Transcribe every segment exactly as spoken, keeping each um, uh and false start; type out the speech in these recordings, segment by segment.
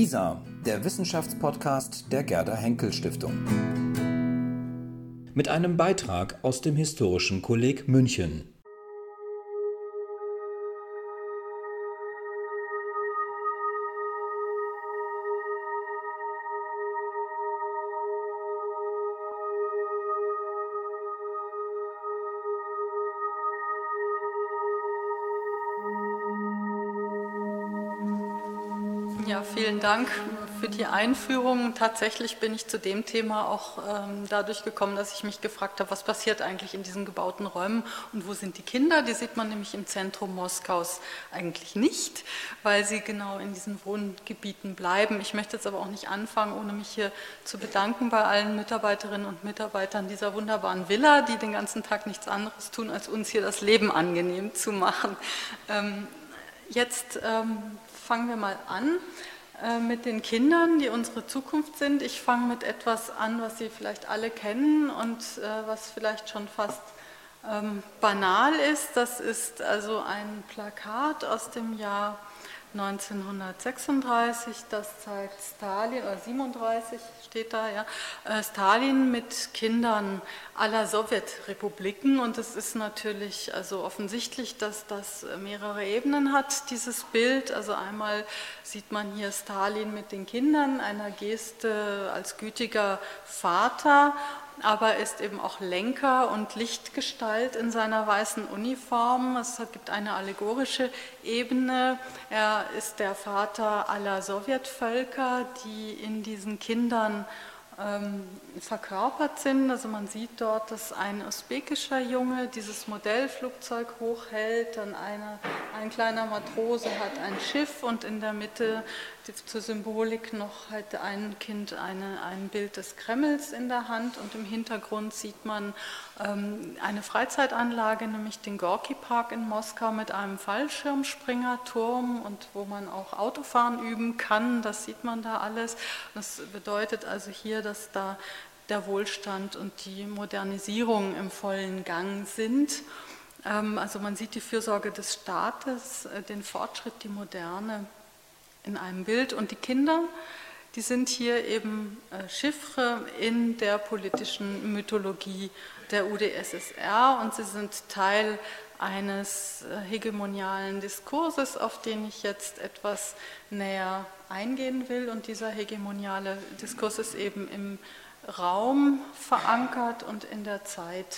WISA, der Wissenschaftspodcast der Gerda Henkel Stiftung. Mit einem Beitrag aus dem Historischen Kolleg München. Ja, vielen Dank für die Einführung. Tatsächlich bin ich zu dem Thema auch ähm, dadurch gekommen, dass ich mich gefragt habe, was passiert eigentlich in diesen gebauten Räumen und wo sind die Kinder? Die sieht man nämlich im Zentrum Moskaus eigentlich nicht, weil sie genau in diesen Wohngebieten bleiben. Ich möchte jetzt aber auch nicht anfangen, ohne mich hier zu bedanken bei allen Mitarbeiterinnen und Mitarbeitern dieser wunderbaren Villa, die den ganzen Tag nichts anderes tun, als uns hier das Leben angenehm zu machen. Ähm, jetzt ähm, fangen wir mal an äh, mit den Kindern, die unsere Zukunft sind. Ich fange mit etwas an, was Sie vielleicht alle kennen und äh, was vielleicht schon fast ähm, banal ist. Das ist also ein Plakat aus dem Jahr neunzehnhundertsechsunddreißig, das zeigt Stalin, oder siebenunddreißig steht da, ja, äh, Stalin mit Kindern aller Sowjetrepubliken, und es ist natürlich also offensichtlich, dass das mehrere Ebenen hat, dieses Bild. Also einmal sieht man hier Stalin mit den Kindern, einer Geste als gütiger Vater, aber er ist eben auch Lenker und Lichtgestalt in seiner weißen Uniform. Es gibt eine allegorische Ebene. Er ist der Vater aller Sowjetvölker, die in diesen Kindern ähm, verkörpert sind. Also man sieht dort, dass ein usbekischer Junge dieses Modellflugzeug hochhält, dann eine, ein kleiner Matrose hat ein Schiff und in der Mitte zur Symbolik noch hat ein Kind eine, ein Bild des Kremls in der Hand, und im Hintergrund sieht man ähm, eine Freizeitanlage, nämlich den Gorki-Park in Moskau mit einem Fallschirmspringerturm und wo man auch Autofahren üben kann. Das sieht man da alles. Das bedeutet also hier, dass da der Wohlstand und die Modernisierung im vollen Gang sind. Ähm, also man sieht die Fürsorge des Staates, äh, den Fortschritt, die Moderne in einem Bild, und die Kinder, die sind hier eben äh, Chiffre in der politischen Mythologie der U d S S R, und sie sind Teil eines äh, hegemonialen Diskurses, auf den ich jetzt etwas näher eingehen will, und dieser hegemoniale Diskurs ist eben im Raum verankert und in der Zeit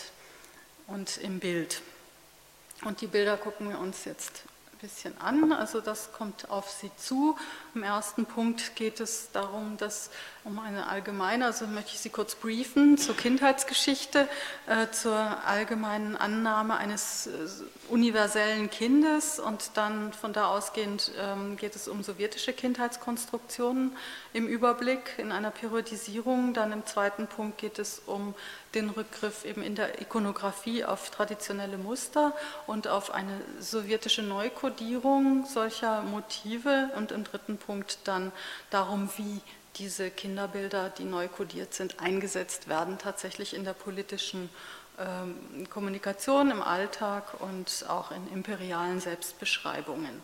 und im Bild. Und die Bilder gucken wir uns jetzt bisschen an, also das kommt auf Sie zu. Im ersten Punkt geht es darum, dass um eine allgemeine, also möchte ich Sie kurz briefen, zur Kindheitsgeschichte, äh, zur allgemeinen Annahme eines äh, universellen Kindes, und dann von da ausgehend ähm, geht es um sowjetische Kindheitskonstruktionen im Überblick, in einer Periodisierung. Dann im zweiten Punkt geht es um den Rückgriff eben in der Ikonografie auf traditionelle Muster und auf eine sowjetische Neukodierung solcher Motive, und im dritten Punkt dann darum, wie diese Kinderbilder, die neu kodiert sind, eingesetzt werden, tatsächlich in der politischen ähm, Kommunikation, im Alltag und auch in imperialen Selbstbeschreibungen.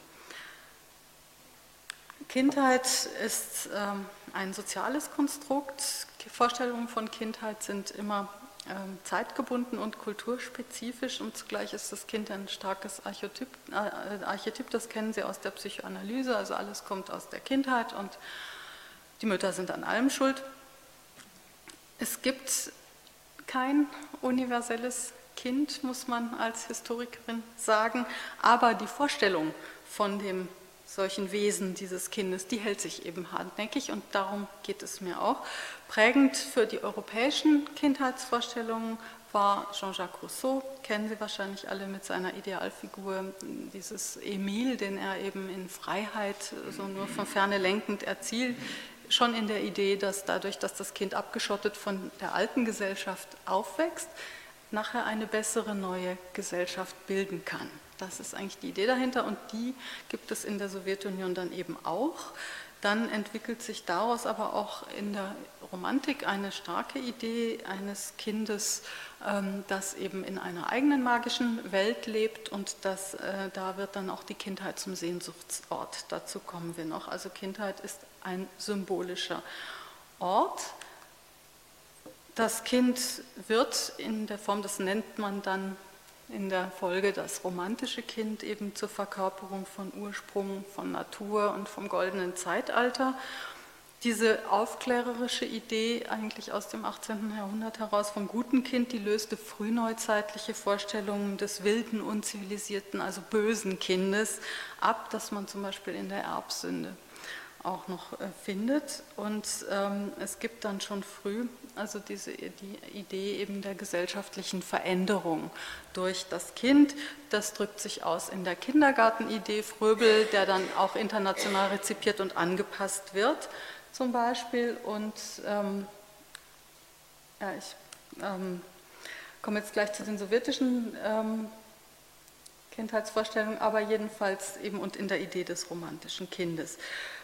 Kindheit ist ähm, ein soziales Konstrukt. Die Vorstellungen von Kindheit sind immer ähm, zeitgebunden und kulturspezifisch, und zugleich ist das Kind ein starkes Archetyp, äh, Archetyp, das kennen Sie aus der Psychoanalyse, also alles kommt aus der Kindheit und die Mütter sind an allem schuld. Es gibt kein universelles Kind, muss man als Historikerin sagen, aber die Vorstellung von dem solchen Wesen dieses Kindes, die hält sich eben hartnäckig, und darum geht es mir auch. Prägend für die europäischen Kindheitsvorstellungen war Jean-Jacques Rousseau, kennen Sie wahrscheinlich alle mit seiner Idealfigur, dieses Emile, den er eben in Freiheit so nur von Ferne lenkend erzielt, schon in der Idee, dass dadurch, dass das Kind abgeschottet von der alten Gesellschaft aufwächst, nachher eine bessere neue Gesellschaft bilden kann. Das ist eigentlich die Idee dahinter, und die gibt es in der Sowjetunion dann eben auch. Dann entwickelt sich daraus aber auch in der Romantik eine starke Idee eines Kindes, das eben in einer eigenen magischen Welt lebt, und das, da wird dann auch die Kindheit zum Sehnsuchtsort. Dazu kommen wir noch. Also Kindheit ist ein symbolischer Ort. Das Kind wird in der Form, das nennt man dann in der Folge das romantische Kind, eben zur Verkörperung von Ursprung, von Natur und vom goldenen Zeitalter. Diese aufklärerische Idee eigentlich aus dem achtzehnten Jahrhundert heraus vom guten Kind, die löste frühneuzeitliche Vorstellungen des wilden, unzivilisierten, also bösen Kindes ab, das man zum Beispiel in der Erbsünde auch noch äh, findet. Und ähm, es gibt dann schon früh also diese die Idee eben der gesellschaftlichen Veränderung durch das Kind. Das drückt sich aus in der Kindergartenidee Fröbel, der dann auch international rezipiert und angepasst wird zum Beispiel. Und ähm, ja, ich ähm, komme jetzt gleich zu den sowjetischen ähm, Kindheitsvorstellungen, aber jedenfalls eben und in der Idee des romantischen Kindes.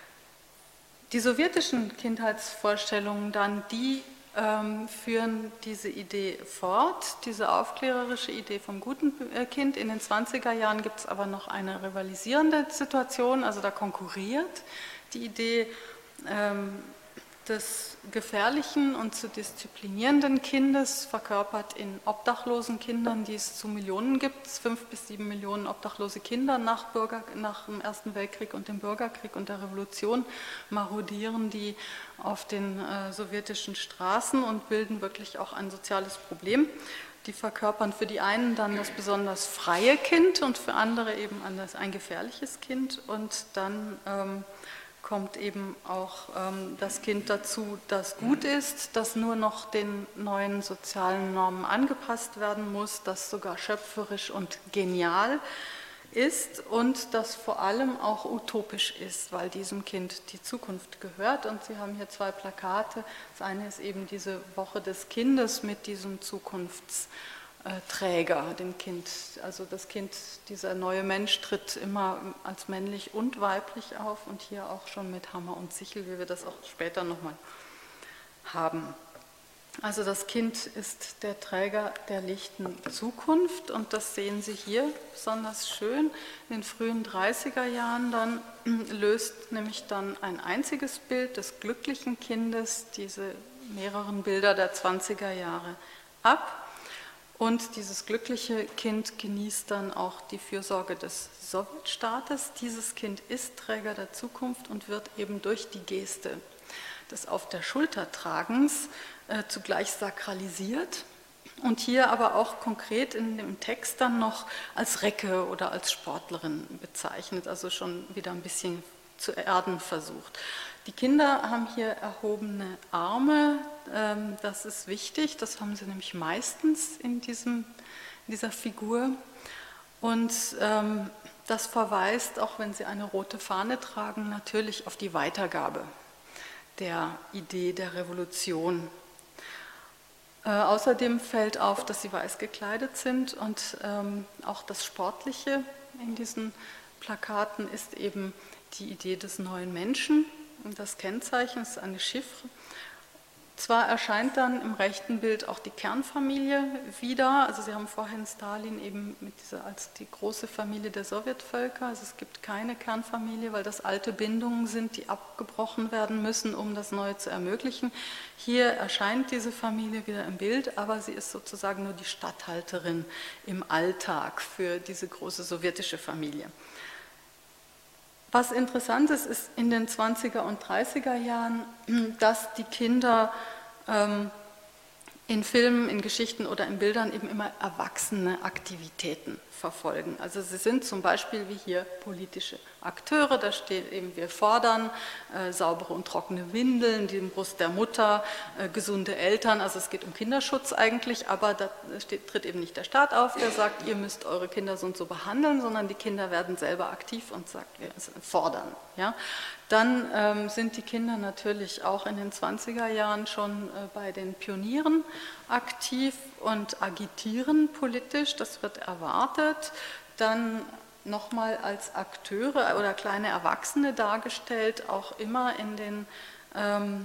Die sowjetischen Kindheitsvorstellungen dann, die ähm, führen diese Idee fort, diese aufklärerische Idee vom guten Kind. In den zwanziger Jahren gibt es aber noch eine rivalisierende Situation, also da konkurriert die Idee ähm, des gefährlichen und zu disziplinierenden Kindes, verkörpert in obdachlosen Kindern, die es zu Millionen gibt, fünf bis sieben Millionen obdachlose Kinder nach, Bürger, nach dem Ersten Weltkrieg und dem Bürgerkrieg und der Revolution marodieren die auf den äh, sowjetischen Straßen und bilden wirklich auch ein soziales Problem. Die verkörpern für die einen dann das besonders freie Kind und für andere eben ein gefährliches Kind, und dann ähm, kommt eben auch ähm, das Kind dazu, das gut ist, das nur noch den neuen sozialen Normen angepasst werden muss, das sogar schöpferisch und genial ist und das vor allem auch utopisch ist, weil diesem Kind die Zukunft gehört. Und Sie haben hier zwei Plakate. Das eine ist eben diese Woche des Kindes mit diesem Zukunfts Träger, dem Kind, also das Kind, dieser neue Mensch tritt immer als männlich und weiblich auf und hier auch schon mit Hammer und Sichel, wie wir das auch später nochmal haben. Also das Kind ist der Träger der lichten Zukunft, und das sehen Sie hier besonders schön. In den frühen dreißiger Jahren dann löst nämlich dann ein einziges Bild des glücklichen Kindes diese mehreren Bilder der zwanziger Jahre ab. Und dieses glückliche Kind genießt dann auch die Fürsorge des Sowjetstaates. Dieses Kind ist Träger der Zukunft und wird eben durch die Geste des Auf der Schulter tragens äh, zugleich sakralisiert und hier aber auch konkret in dem Text dann noch als Recke oder als Sportlerin bezeichnet, also schon wieder ein bisschen zu erden versucht. Die Kinder haben hier erhobene Arme, das ist wichtig, das haben sie nämlich meistens in, diesem, in dieser Figur. Und ähm, das verweist, auch wenn sie eine rote Fahne tragen, natürlich auf die Weitergabe der Idee der Revolution. Äh, außerdem fällt auf, dass sie weiß gekleidet sind, und ähm, auch das Sportliche in diesen Plakaten ist eben die Idee des neuen Menschen. Das Kennzeichen ist eine Chiffre. Zwar erscheint dann im rechten Bild auch die Kernfamilie wieder, also Sie haben vorhin Stalin eben mit dieser, als die große Familie der Sowjetvölker, also es gibt keine Kernfamilie, weil das alte Bindungen sind, die abgebrochen werden müssen, um das Neue zu ermöglichen. Hier erscheint diese Familie wieder im Bild, aber sie ist sozusagen nur die Statthalterin im Alltag für diese große sowjetische Familie. Was interessant ist, ist in den zwanziger und dreißiger Jahren, dass die Kinder ähm, in Filmen, in Geschichten oder in Bildern eben immer erwachsene Aktivitäten verfolgen. Also sie sind zum Beispiel wie hier politische Akteure, da steht eben, wir fordern äh, saubere und trockene Windeln, die Brust der Mutter, äh, gesunde Eltern, also es geht um Kinderschutz eigentlich, aber da steht, tritt eben nicht der Staat auf, der sagt, ihr müsst eure Kinder so und so behandeln, sondern die Kinder werden selber aktiv und sagt, wir fordern. Ja? Dann ähm, sind die Kinder natürlich auch in den zwanziger Jahren schon äh, bei den Pionieren aktiv und agitieren politisch, das wird erwartet. Dann nochmal als Akteure oder kleine Erwachsene dargestellt, auch immer in den ähm,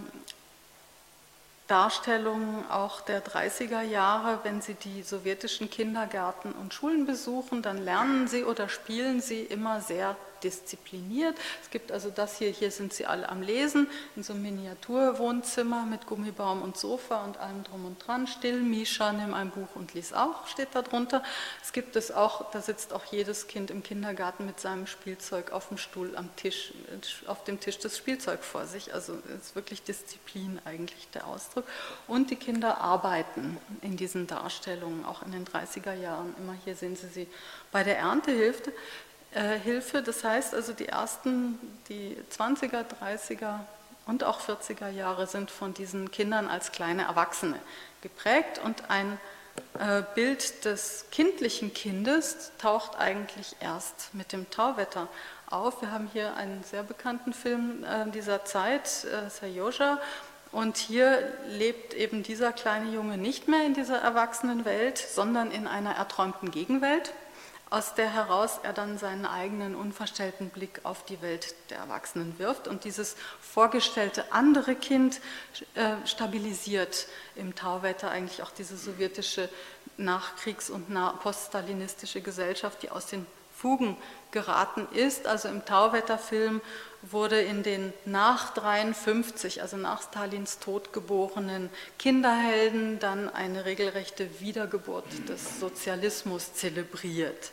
Darstellungen auch der dreißiger Jahre. Wenn Sie die sowjetischen Kindergärten und Schulen besuchen, dann lernen Sie oder spielen Sie immer sehr diszipliniert. Es gibt also das hier, hier sind sie alle am Lesen, in so einem Miniaturwohnzimmer mit Gummibaum und Sofa und allem drum und dran. Still, Mischa, nimm ein Buch und lies auch, steht da drunter. Es gibt es auch, da sitzt auch jedes Kind im Kindergarten mit seinem Spielzeug auf dem Stuhl am Tisch, auf dem Tisch das Spielzeug vor sich. Also es ist wirklich Disziplin eigentlich der Ausdruck. Und die Kinder arbeiten in diesen Darstellungen, auch in den dreißiger Jahren. Immer hier sehen Sie sie bei der Erntehilfe. Hilfe, das heißt also die ersten, die zwanziger, dreißiger und auch vierziger Jahre sind von diesen Kindern als kleine Erwachsene geprägt und ein äh, Bild des kindlichen Kindes taucht eigentlich erst mit dem Tauwetter auf. Wir haben hier einen sehr bekannten Film äh, dieser Zeit, äh, Serjoja, und hier lebt eben dieser kleine Junge nicht mehr in dieser Erwachsenenwelt, sondern in einer erträumten Gegenwelt, aus der heraus er dann seinen eigenen unverstellten Blick auf die Welt der Erwachsenen wirft. Und dieses vorgestellte andere Kind äh, stabilisiert im Tauwetter eigentlich auch diese sowjetische Nachkriegs- und poststalinistische Gesellschaft, die aus den Fugen geraten ist. Also im Tauwetterfilm wurde in den nach dreiundfünfzig, also nach Stalins Tod geborenen Kinderhelden dann eine regelrechte Wiedergeburt des Sozialismus zelebriert.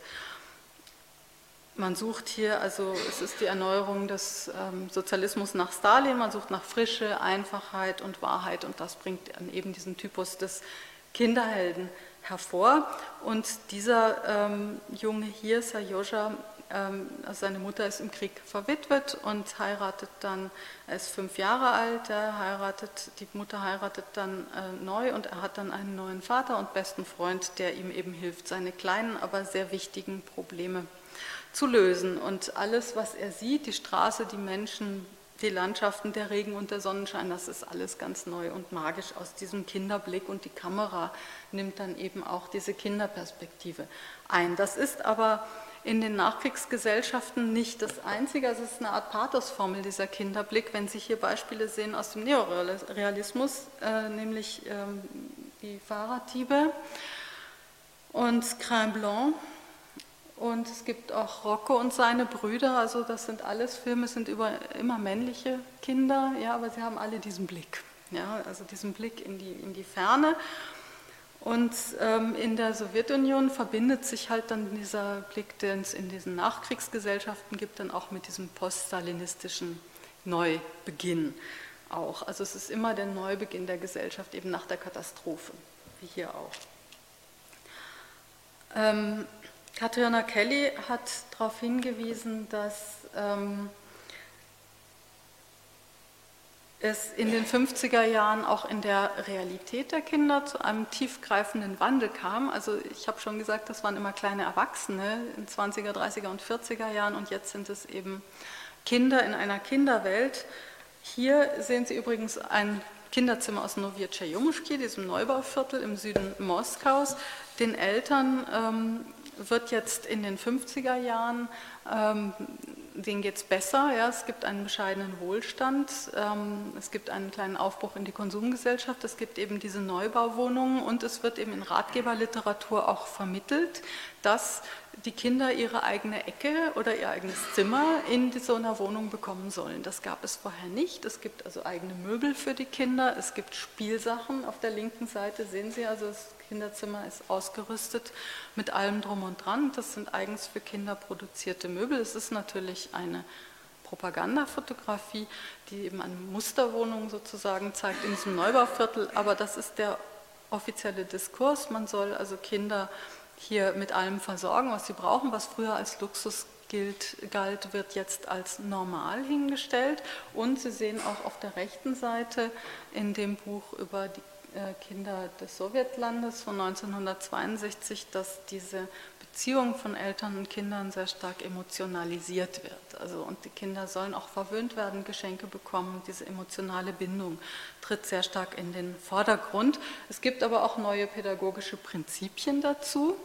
Man sucht hier, also es ist die Erneuerung des ähm, Sozialismus nach Stalin, man sucht nach Frische, Einfachheit und Wahrheit und das bringt dann eben diesen Typus des Kinderhelden hervor. Und dieser ähm, Junge hier, Serjoja, ähm, also seine Mutter ist im Krieg verwitwet und heiratet dann, er ist fünf Jahre alt, er heiratet, die Mutter heiratet dann äh, neu und er hat dann einen neuen Vater und besten Freund, der ihm eben hilft, seine kleinen, aber sehr wichtigen Probleme zu lösen. Und alles, was er sieht, die Straße, die Menschen, die Landschaften, der Regen und der Sonnenschein, das ist alles ganz neu und magisch aus diesem Kinderblick und die Kamera nimmt dann eben auch diese Kinderperspektive ein. Das ist aber in den Nachkriegsgesellschaften nicht das Einzige, also es ist eine Art Pathosformel, dieser Kinderblick, wenn Sie hier Beispiele sehen aus dem Neorealismus, äh, nämlich ähm, die Fahrraddiebe und Crin Blanc. Und es gibt auch Rocco und seine Brüder, also das sind alles Filme, sind über, immer männliche Kinder, ja, aber sie haben alle diesen Blick, ja, also diesen Blick in die, in die Ferne. Und ähm, in der Sowjetunion verbindet sich halt dann dieser Blick, den es in diesen Nachkriegsgesellschaften gibt, dann auch mit diesem poststalinistischen Neubeginn auch. Also es ist immer der Neubeginn der Gesellschaft, eben nach der Katastrophe, wie hier auch. Ähm, Catriona Kelly hat darauf hingewiesen, dass ähm, es in den fünfziger Jahren auch in der Realität der Kinder zu einem tiefgreifenden Wandel kam. Also ich habe schon gesagt, das waren immer kleine Erwachsene in zwanziger, dreißiger und vierziger Jahren und jetzt sind es eben Kinder in einer Kinderwelt. Hier sehen Sie übrigens ein Kinderzimmer aus Nowe Tschernjomschki, diesem Neubauviertel im Süden Moskaus. Den Eltern ähm, wird jetzt in den fünfziger Jahren, ähm, denen geht es besser, ja, es gibt einen bescheidenen Wohlstand, ähm, es gibt einen kleinen Aufbruch in die Konsumgesellschaft, es gibt eben diese Neubauwohnungen und es wird eben in Ratgeberliteratur auch vermittelt, dass die Kinder ihre eigene Ecke oder ihr eigenes Zimmer in so einer Wohnung bekommen sollen. Das gab es vorher nicht. Es gibt also eigene Möbel für die Kinder, es gibt Spielsachen. Auf der linken Seite sehen Sie also, das Kinderzimmer ist ausgerüstet mit allem drum und dran. Das sind eigens für Kinder produzierte Möbel. Es ist natürlich eine Propagandafotografie, die eben eine Musterwohnung sozusagen zeigt in diesem Neubauviertel, aber das ist der offizielle Diskurs. Man soll also Kinder hier mit allem versorgen, was sie brauchen, was früher als Luxus gilt, galt, wird jetzt als normal hingestellt. Und Sie sehen auch auf der rechten Seite in dem Buch über die Kinder des Sowjetlandes von neunzehnhundertzweiundsechzig, dass diese Beziehung von Eltern und Kindern sehr stark emotionalisiert wird. Also, und die Kinder sollen auch verwöhnt werden, Geschenke bekommen. Diese emotionale Bindung tritt sehr stark in den Vordergrund. Es gibt aber auch neue pädagogische Prinzipien dazu.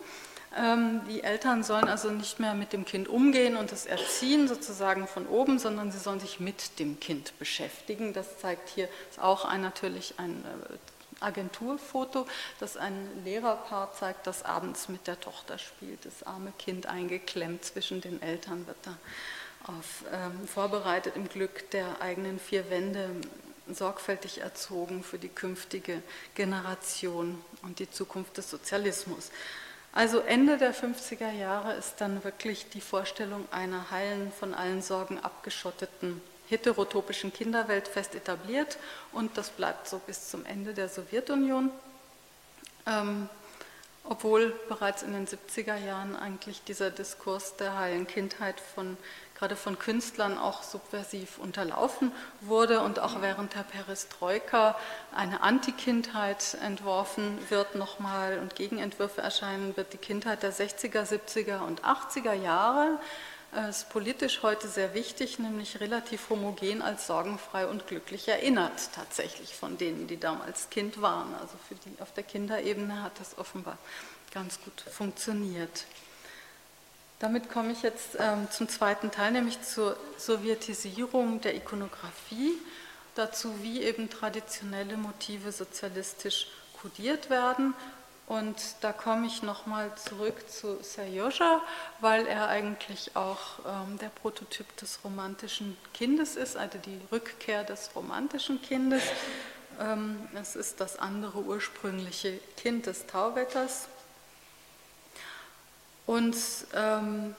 Die Eltern sollen also nicht mehr mit dem Kind umgehen und es erziehen sozusagen von oben, sondern sie sollen sich mit dem Kind beschäftigen. Das zeigt hier ist auch ein, natürlich ein Agenturfoto, das ein Lehrerpaar zeigt, das abends mit der Tochter spielt. Das arme Kind eingeklemmt zwischen den Eltern wird da auf, ähm, vorbereitet im Glück der eigenen vier Wände, sorgfältig erzogen für die künftige Generation und die Zukunft des Sozialismus. Also Ende der fünfziger Jahre ist dann wirklich die Vorstellung einer heilen, von allen Sorgen abgeschotteten, heterotopischen Kinderwelt fest etabliert und das bleibt so bis zum Ende der Sowjetunion, ähm, obwohl bereits in den siebziger Jahren eigentlich dieser Diskurs der heilen Kindheit von, gerade von Künstlern auch subversiv unterlaufen wurde und auch während der Perestroika eine Antikindheit entworfen wird nochmal und Gegenentwürfe erscheinen wird, die Kindheit der sechziger, siebziger und achtziger Jahre. Es ist politisch heute sehr wichtig, nämlich relativ homogen als sorgenfrei und glücklich erinnert, tatsächlich von denen, die damals Kind waren. Also für die auf der Kinderebene hat das offenbar ganz gut funktioniert. Damit komme ich jetzt ähm, zum zweiten Teil, nämlich zur Sowjetisierung der Ikonografie, dazu wie eben traditionelle Motive sozialistisch kodiert werden. Und da komme ich nochmal zurück zu Serjoja, weil er eigentlich auch ähm, der Prototyp des romantischen Kindes ist, also die Rückkehr des romantischen Kindes. Ähm, es ist das andere ursprüngliche Kind des Tauwetters. Und ähm,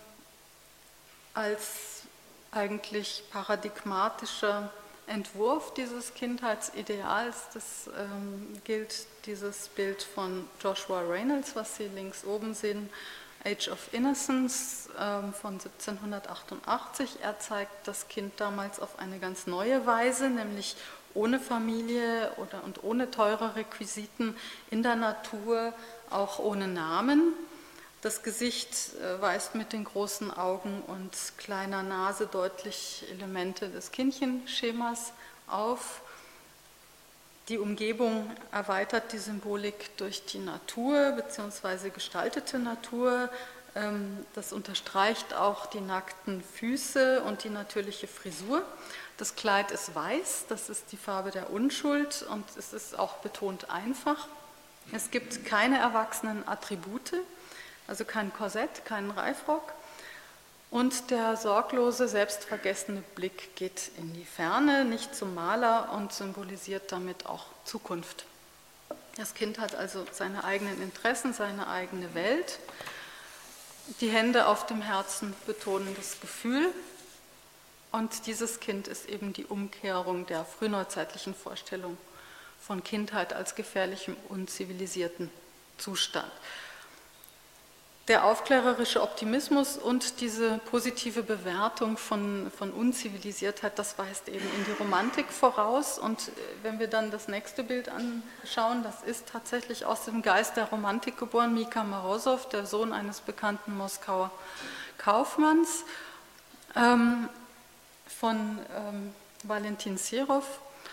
als eigentlich paradigmatischer Entwurf dieses Kindheitsideals, das ähm, gilt dieses Bild von Joshua Reynolds, was Sie links oben sehen, Age of Innocence ähm, von siebzehnhundertachtundachtzig. Er zeigt das Kind damals auf eine ganz neue Weise, nämlich ohne Familie oder, und ohne teure Requisiten in der Natur, auch ohne Namen. Das Gesicht weist mit den großen Augen und kleiner Nase deutlich Elemente des Kindchenschemas auf. Die Umgebung erweitert die Symbolik durch die Natur bzw. gestaltete Natur. Das unterstreicht auch die nackten Füße und die natürliche Frisur. Das Kleid ist weiß, das ist die Farbe der Unschuld und es ist auch betont einfach. Es gibt keine erwachsenen Attribute. Also kein Korsett, keinen Reifrock. Und der sorglose, selbstvergessene Blick geht in die Ferne, nicht zum Maler und symbolisiert damit auch Zukunft. Das Kind hat also seine eigenen Interessen, seine eigene Welt. Die Hände auf dem Herzen betonen das Gefühl. Und dieses Kind ist eben die Umkehrung der frühneuzeitlichen Vorstellung von Kindheit als gefährlichem, unzivilisierten Zustand. Der aufklärerische Optimismus und diese positive Bewertung von, von Unzivilisiertheit, das weist eben in die Romantik voraus. Und wenn wir dann das nächste Bild anschauen, das ist tatsächlich aus dem Geist der Romantik geboren, Mika Morosow, der Sohn eines bekannten Moskauer Kaufmanns, ähm, von ähm, Valentin Serov.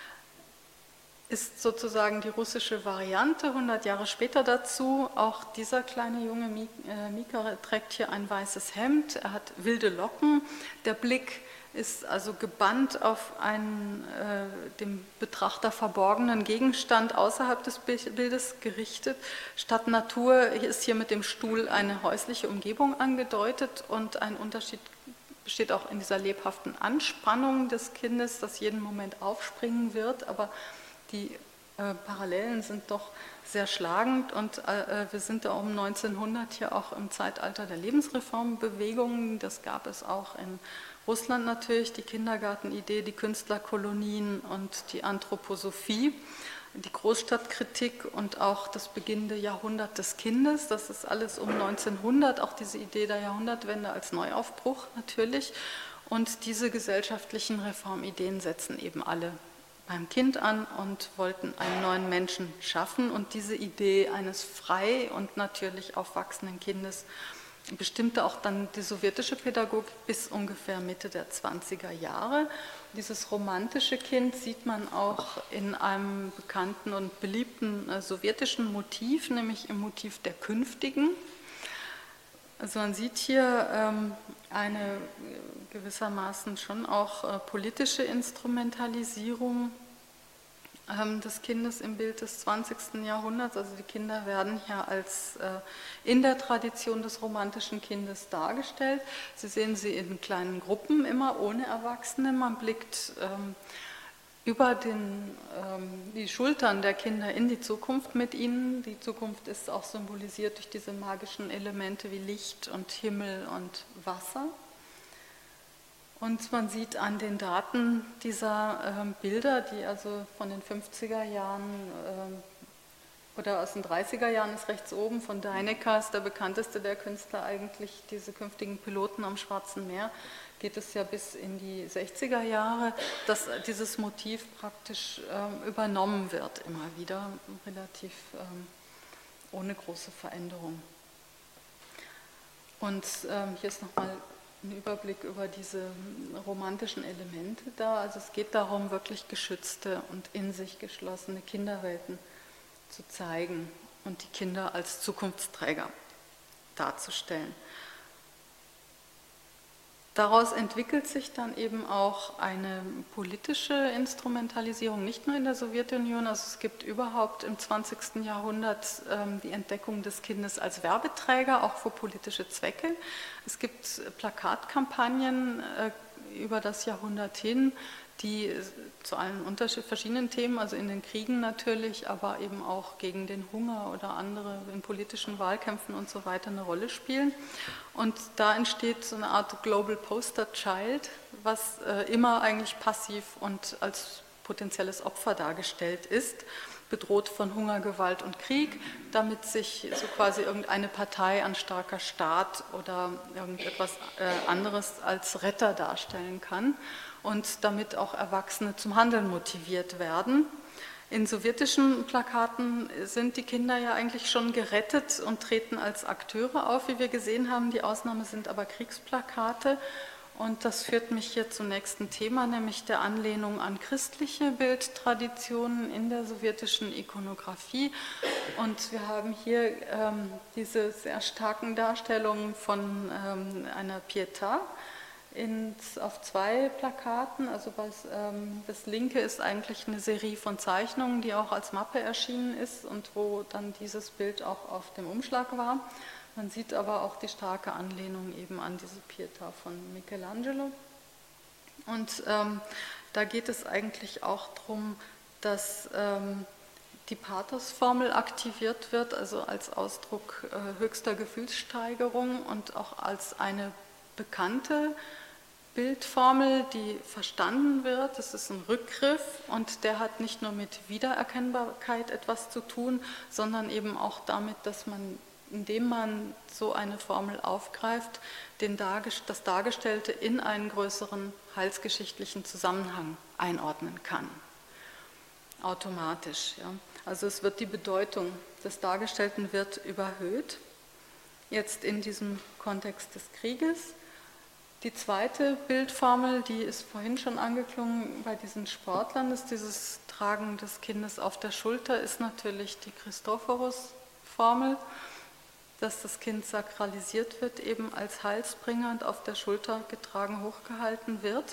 Ist sozusagen die russische Variante, hundert Jahre später dazu. Auch dieser kleine Junge Mika trägt hier ein weißes Hemd, er hat wilde Locken, der Blick ist also gebannt auf einen äh, dem Betrachter verborgenen Gegenstand außerhalb des Bildes gerichtet. Statt Natur ist hier mit dem Stuhl eine häusliche Umgebung angedeutet und ein Unterschied besteht auch in dieser lebhaften Anspannung des Kindes, das jeden Moment aufspringen wird, aber die äh, Parallelen sind doch sehr schlagend und äh, wir sind da um neunzehnhundert hier auch im Zeitalter der Lebensreformbewegungen. Das gab es auch in Russland natürlich, die Kindergartenidee, die Künstlerkolonien und die Anthroposophie, die Großstadtkritik und auch das beginnende Jahrhundert des Kindes. Das ist alles um neunzehnhundert, auch diese Idee der Jahrhundertwende als Neuaufbruch natürlich. Und diese gesellschaftlichen Reformideen setzen eben alle beim Kind an und wollten einen neuen Menschen schaffen. Und diese Idee eines frei und natürlich aufwachsenden Kindes bestimmte auch dann die sowjetische Pädagogik bis ungefähr Mitte der zwanziger Jahre. Dieses romantische Kind sieht man auch in einem bekannten und beliebten äh, sowjetischen Motiv, nämlich im Motiv der Künftigen. Also man sieht hier ähm, eine gewissermaßen schon auch äh, politische Instrumentalisierung ähm, des Kindes im Bild des zwanzigsten Jahrhunderts. Also die Kinder werden hier als äh, in der Tradition des romantischen Kindes dargestellt. Sie sehen sie in kleinen Gruppen, immer ohne Erwachsene. Man blickt ähm, über den, ähm, die Schultern der Kinder in die Zukunft mit ihnen. Die Zukunft ist auch symbolisiert durch diese magischen Elemente wie Licht und Himmel und Wasser. Und man sieht an den Daten dieser ähm, Bilder, die also von den fünfziger Jahren ähm, oder aus den dreißiger Jahren ist rechts oben, von Deinecker ist der bekannteste der Künstler eigentlich, diese künftigen Piloten am Schwarzen Meer, geht es ja bis in die sechziger Jahre, dass dieses Motiv praktisch ähm, übernommen wird, immer wieder, relativ ähm, ohne große Veränderung. Und ähm, hier ist nochmal ein Überblick über diese romantischen Elemente da. Also es geht darum, wirklich geschützte und in sich geschlossene Kinderwelten zu zeigen und die Kinder als Zukunftsträger darzustellen. Daraus entwickelt sich dann eben auch eine politische Instrumentalisierung, nicht nur in der Sowjetunion, also es gibt überhaupt im zwanzigsten Jahrhundert ähm, die Entdeckung des Kindes als Werbeträger, auch für politische Zwecke. Es gibt Plakatkampagnen äh, über das Jahrhundert hin, die zu allen verschiedenen Themen, also in den Kriegen natürlich, aber eben auch gegen den Hunger oder andere in politischen Wahlkämpfen und so weiter eine Rolle spielen. Und da entsteht so eine Art Global Poster Child, was äh, immer eigentlich passiv und als potenzielles Opfer dargestellt ist, bedroht von Hunger, Gewalt und Krieg, damit sich so quasi irgendeine Partei, ein starker Staat oder irgendetwas äh, anderes als Retter darstellen kann und damit auch Erwachsene zum Handeln motiviert werden. In sowjetischen Plakaten sind die Kinder ja eigentlich schon gerettet und treten als Akteure auf, wie wir gesehen haben. Die Ausnahme sind aber Kriegsplakate. Und das führt mich hier zum nächsten Thema, nämlich der Anlehnung an christliche Bildtraditionen in der sowjetischen Ikonografie. Und wir haben hier ähm, diese sehr starken Darstellungen von ähm, einer Pietà in, auf zwei Plakaten. Also was, ähm, das linke ist eigentlich eine Serie von Zeichnungen, die auch als Mappe erschienen ist und wo dann dieses Bild auch auf dem Umschlag war. Man sieht aber auch die starke Anlehnung eben an diese Pietà von Michelangelo. Und ähm, da geht es eigentlich auch darum, dass ähm, die Pathos-Formel aktiviert wird, also als Ausdruck äh, höchster Gefühlssteigerung und auch als eine bekannte Bildformel, die verstanden wird. Das ist ein Rückgriff und der hat nicht nur mit Wiedererkennbarkeit etwas zu tun, sondern eben auch damit, dass man, indem man so eine Formel aufgreift, den Dargest- das Dargestellte in einen größeren heilsgeschichtlichen Zusammenhang einordnen kann. Automatisch. Ja. Also es wird die Bedeutung des Dargestellten wird überhöht, jetzt in diesem Kontext des Krieges. Die zweite Bildformel, die ist vorhin schon angeklungen bei diesen Sportlern, ist dieses Tragen des Kindes auf der Schulter, ist natürlich die Christophorus-Formel, dass das Kind sakralisiert wird, eben als Heilsbringer und auf der Schulter getragen, hochgehalten wird.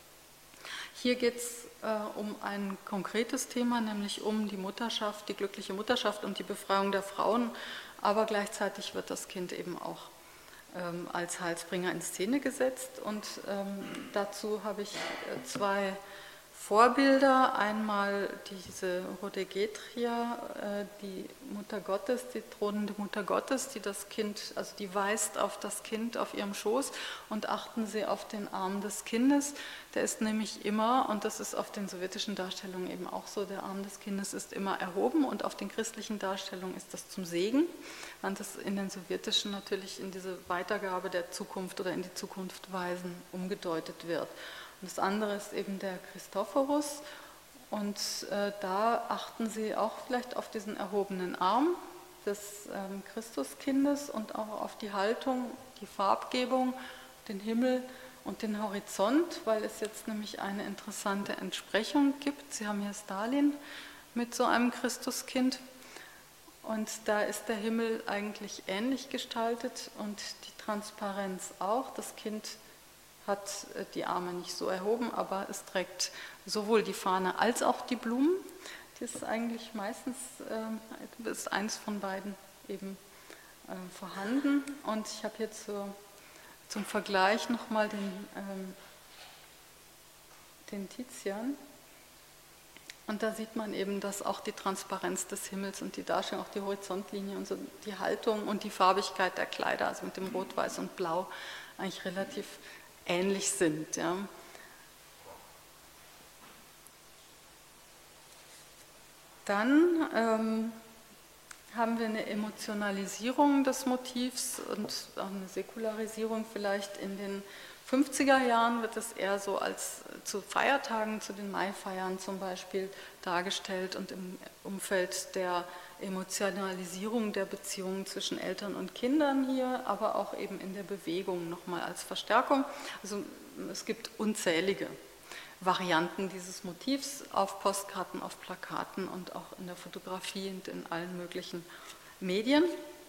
Hier geht es äh, um ein konkretes Thema, nämlich um die Mutterschaft, die glückliche Mutterschaft und die Befreiung der Frauen, aber gleichzeitig wird das Kind eben auch ähm, als Heilsbringer in Szene gesetzt und ähm, dazu habe ich äh, zwei Vorbilder, einmal diese Rhodegetria, die Mutter Gottes, die thronende Mutter Gottes, die das Kind, also die weist auf das Kind auf ihrem Schoß und achten Sie auf den Arm des Kindes. Der ist nämlich immer, und das ist auf den sowjetischen Darstellungen eben auch so, der Arm des Kindes ist immer erhoben und auf den christlichen Darstellungen ist das zum Segen, während das in den sowjetischen natürlich in diese Weitergabe der Zukunft oder in die Zukunft weisen umgedeutet wird. Und das andere ist eben der Christophorus und äh, da achten Sie auch vielleicht auf diesen erhobenen Arm des ähm, Christuskindes und auch auf die Haltung, die Farbgebung, den Himmel und den Horizont, weil es jetzt nämlich eine interessante Entsprechung gibt. Sie haben hier Stalin mit so einem Christuskind Und da ist der Himmel eigentlich ähnlich gestaltet und die Transparenz auch. Das Kind hat die Arme nicht so erhoben, aber es trägt sowohl die Fahne als auch die Blumen. Das ist eigentlich meistens äh, ist eins von beiden eben äh, vorhanden. Und ich habe hier zu, zum Vergleich nochmal den, ähm, den Tizian. Und da sieht man eben, dass auch die Transparenz des Himmels und die Darstellung, auch die Horizontlinie und so, die Haltung und die Farbigkeit der Kleider, also mit dem Rot, Weiß und Blau, eigentlich relativ ähnlich sind. Ja. Dann ähm, haben wir eine Emotionalisierung des Motivs und auch eine Säkularisierung vielleicht. In den fünfziger Jahren wird es eher so als zu Feiertagen, zu den Maifeiern zum Beispiel dargestellt und im Umfeld der Emotionalisierung der Beziehungen zwischen Eltern und Kindern hier, aber auch eben in der Bewegung nochmal als Verstärkung. Also es gibt unzählige Varianten dieses Motivs auf Postkarten, auf Plakaten und auch in der Fotografie und in allen möglichen Medien.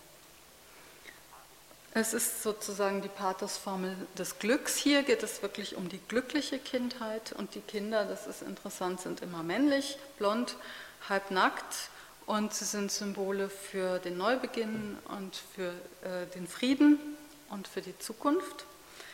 Es ist sozusagen die Pathosformel des Glücks. Hier geht es wirklich um die glückliche Kindheit und die Kinder, das ist interessant, sind immer männlich, blond, halbnackt und sie sind Symbole für den Neubeginn und für äh, den Frieden und für die Zukunft.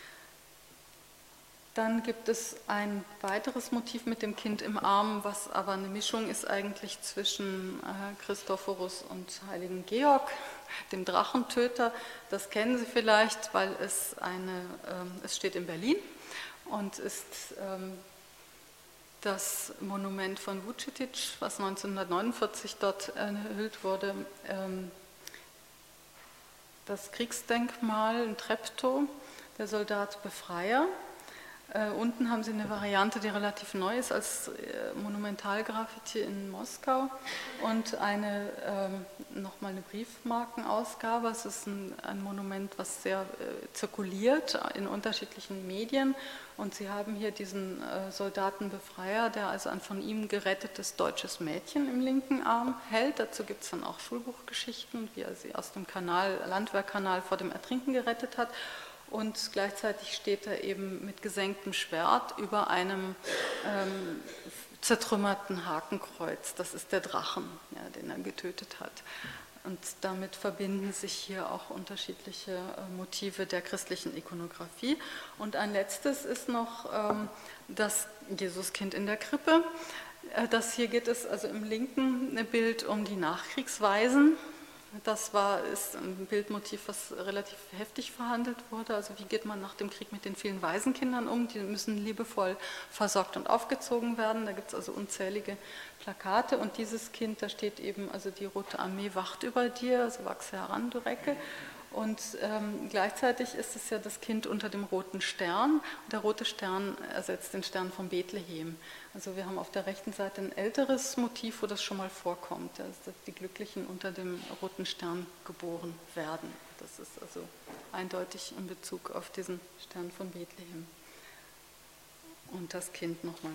Dann gibt es ein weiteres Motiv mit dem Kind im Arm, was aber eine Mischung ist eigentlich zwischen äh, Christophorus und Heiligen Georg, dem Drachentöter. Das kennen Sie vielleicht, weil es eine, ähm, es steht in Berlin und ist ähm, das Monument von Vučetić, was neunzehnhundertneunundvierzig dort enthüllt wurde, ähm, das Kriegsdenkmal in Treptow, der Soldat Befreier. Äh, unten haben Sie eine Variante, die relativ neu ist, als äh, Monumentalgraffiti in Moskau und eine, ähm, nochmal eine Briefmarkenausgabe. Es ist ein, ein Monument, was sehr äh, zirkuliert in unterschiedlichen Medien und Sie haben hier diesen äh, Soldatenbefreier, der also ein von ihm gerettetes deutsches Mädchen im linken Arm hält. Dazu gibt es dann auch Schulbuchgeschichten, wie er sie aus dem Kanal, Landwehrkanal vor dem Ertrinken gerettet hat. Und gleichzeitig steht er eben mit gesenktem Schwert über einem ähm, zertrümmerten Hakenkreuz. Das ist der Drachen, ja, den er getötet hat. Und damit verbinden sich hier auch unterschiedliche äh, Motive der christlichen Ikonografie. Und ein letztes ist noch ähm, das Jesuskind in der Krippe. Äh, das hier geht es also im linken Bild um die Nachkriegsweisen. Das war, ist ein Bildmotiv, was relativ heftig verhandelt wurde. Also wie geht man nach dem Krieg mit den vielen Waisenkindern um? Die müssen liebevoll versorgt und aufgezogen werden. Da gibt es also unzählige Plakate. Und dieses Kind, da steht eben, also die Rote Armee wacht über dir, also wachse heran, du Recke. Und ähm, gleichzeitig ist es ja das Kind unter dem roten Stern. Und der rote Stern ersetzt den Stern von Bethlehem. Also wir haben auf der rechten Seite ein älteres Motiv, wo das schon mal vorkommt, dass die Glücklichen unter dem roten Stern geboren werden. Das ist also eindeutig in Bezug auf diesen Stern von Bethlehem. Und das Kind nochmal.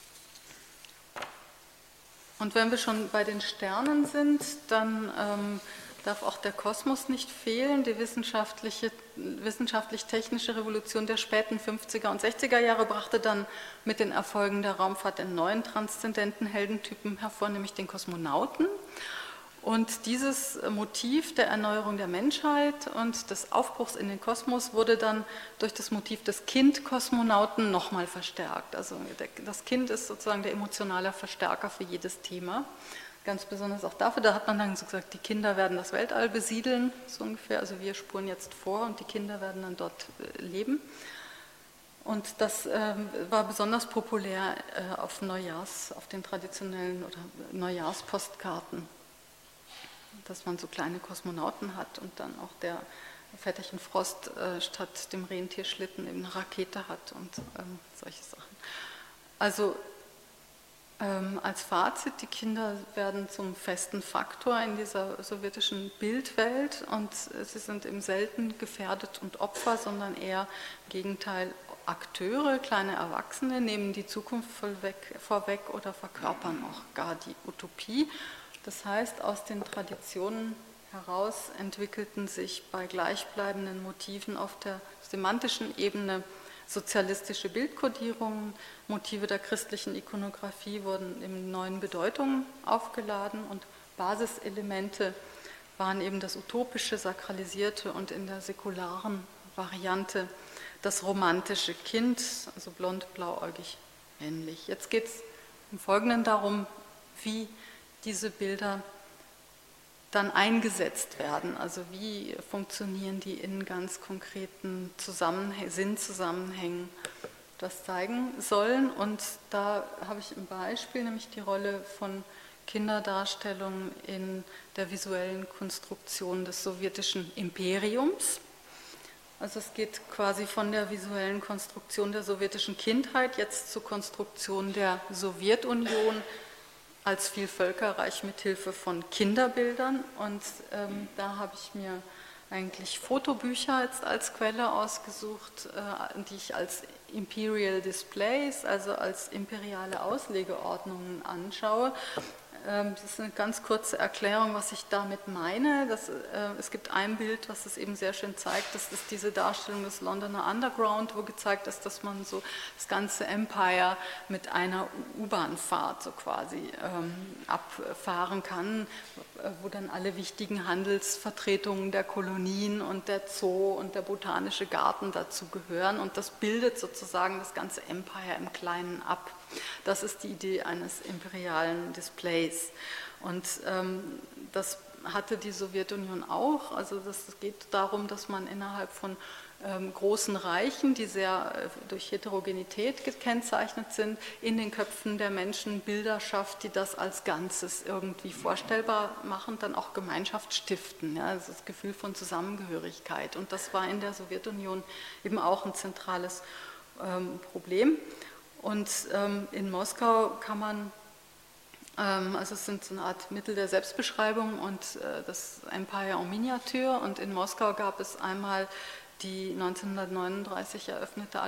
Und wenn wir schon bei den Sternen sind, dann ähm, darf auch der Kosmos nicht fehlen. Die wissenschaftliche, wissenschaftlich-technische Revolution der späten fünfziger und sechziger Jahre brachte dann mit den Erfolgen der Raumfahrt einen neuen transzendenten Heldentypen hervor, nämlich den Kosmonauten. Und dieses Motiv der Erneuerung der Menschheit und des Aufbruchs in den Kosmos wurde dann durch das Motiv des Kind-Kosmonauten nochmal verstärkt. Also das Kind ist sozusagen der emotionale Verstärker für jedes Thema. Ganz besonders auch dafür, da hat man dann so gesagt, die Kinder werden das Weltall besiedeln, so ungefähr. Also wir spuren jetzt vor und die Kinder werden dann dort leben. Und das äh, war besonders populär äh, auf Neujahrs, auf den traditionellen oder Neujahrspostkarten, dass man so kleine Kosmonauten hat und dann auch der Väterchen Frost äh, statt dem Rentierschlitten eben eine Rakete hat und ähm, solche Sachen. Also Ähm, als Fazit, die Kinder werden zum festen Faktor in dieser sowjetischen Bildwelt und sie sind eben selten gefährdet und Opfer, sondern eher im Gegenteil Akteure, kleine Erwachsene, nehmen die Zukunft vorweg, vorweg oder verkörpern auch gar die Utopie. Das heißt, aus den Traditionen heraus entwickelten sich bei gleichbleibenden Motiven auf der semantischen Ebene sozialistische Bildkodierungen. Motive der christlichen Ikonografie wurden in neuen Bedeutungen aufgeladen und Basiselemente waren eben das utopische, sakralisierte und in der säkularen Variante das romantische Kind, also blond, blauäugig, männlich. Jetzt geht es im Folgenden darum, wie diese Bilder dann eingesetzt werden, also wie funktionieren die in ganz konkreten Zusammenhängen, Sinnzusammenhängen, das zeigen sollen. Und da habe ich ein Beispiel, nämlich die Rolle von Kinderdarstellungen in der visuellen Konstruktion des sowjetischen Imperiums. Also es geht quasi von der visuellen Konstruktion der sowjetischen Kindheit jetzt zur Konstruktion der Sowjetunion als Vielvölkerreich mit Hilfe von Kinderbildern. Und ähm, da habe ich mir eigentlich Fotobücher jetzt als Quelle ausgesucht, äh, die ich als Imperial Displays, also als imperiale Auslegeordnungen anschaue. Das ist eine ganz kurze Erklärung, was ich damit meine. Das, äh, es gibt ein Bild, was es eben sehr schön zeigt. Das ist diese Darstellung des Londoner Underground, wo gezeigt ist, dass man so das ganze Empire mit einer U-Bahn-Fahrt so quasi ähm, abfahren kann, äh, wo dann alle wichtigen Handelsvertretungen der Kolonien und der Zoo und der Botanische Garten dazu gehören. Und das bildet sozusagen das ganze Empire im Kleinen ab. Das ist die Idee eines imperialen Displays. Und ähm, das hatte die Sowjetunion auch. Also das geht darum, dass man innerhalb von ähm, großen Reichen, die sehr äh, durch Heterogenität gekennzeichnet sind, in den Köpfen der Menschen Bilder schafft, die das als Ganzes irgendwie vorstellbar machen, dann auch Gemeinschaft stiften. Ja? Also das Gefühl von Zusammengehörigkeit. Und das war in der Sowjetunion eben auch ein zentrales ähm, Problem. Und ähm, in Moskau kann man, ähm, also es sind so eine Art Mittel der Selbstbeschreibung und äh, das Empire en Miniatur. Und in Moskau gab es einmal die neunzehnhundertneununddreißig eröffnete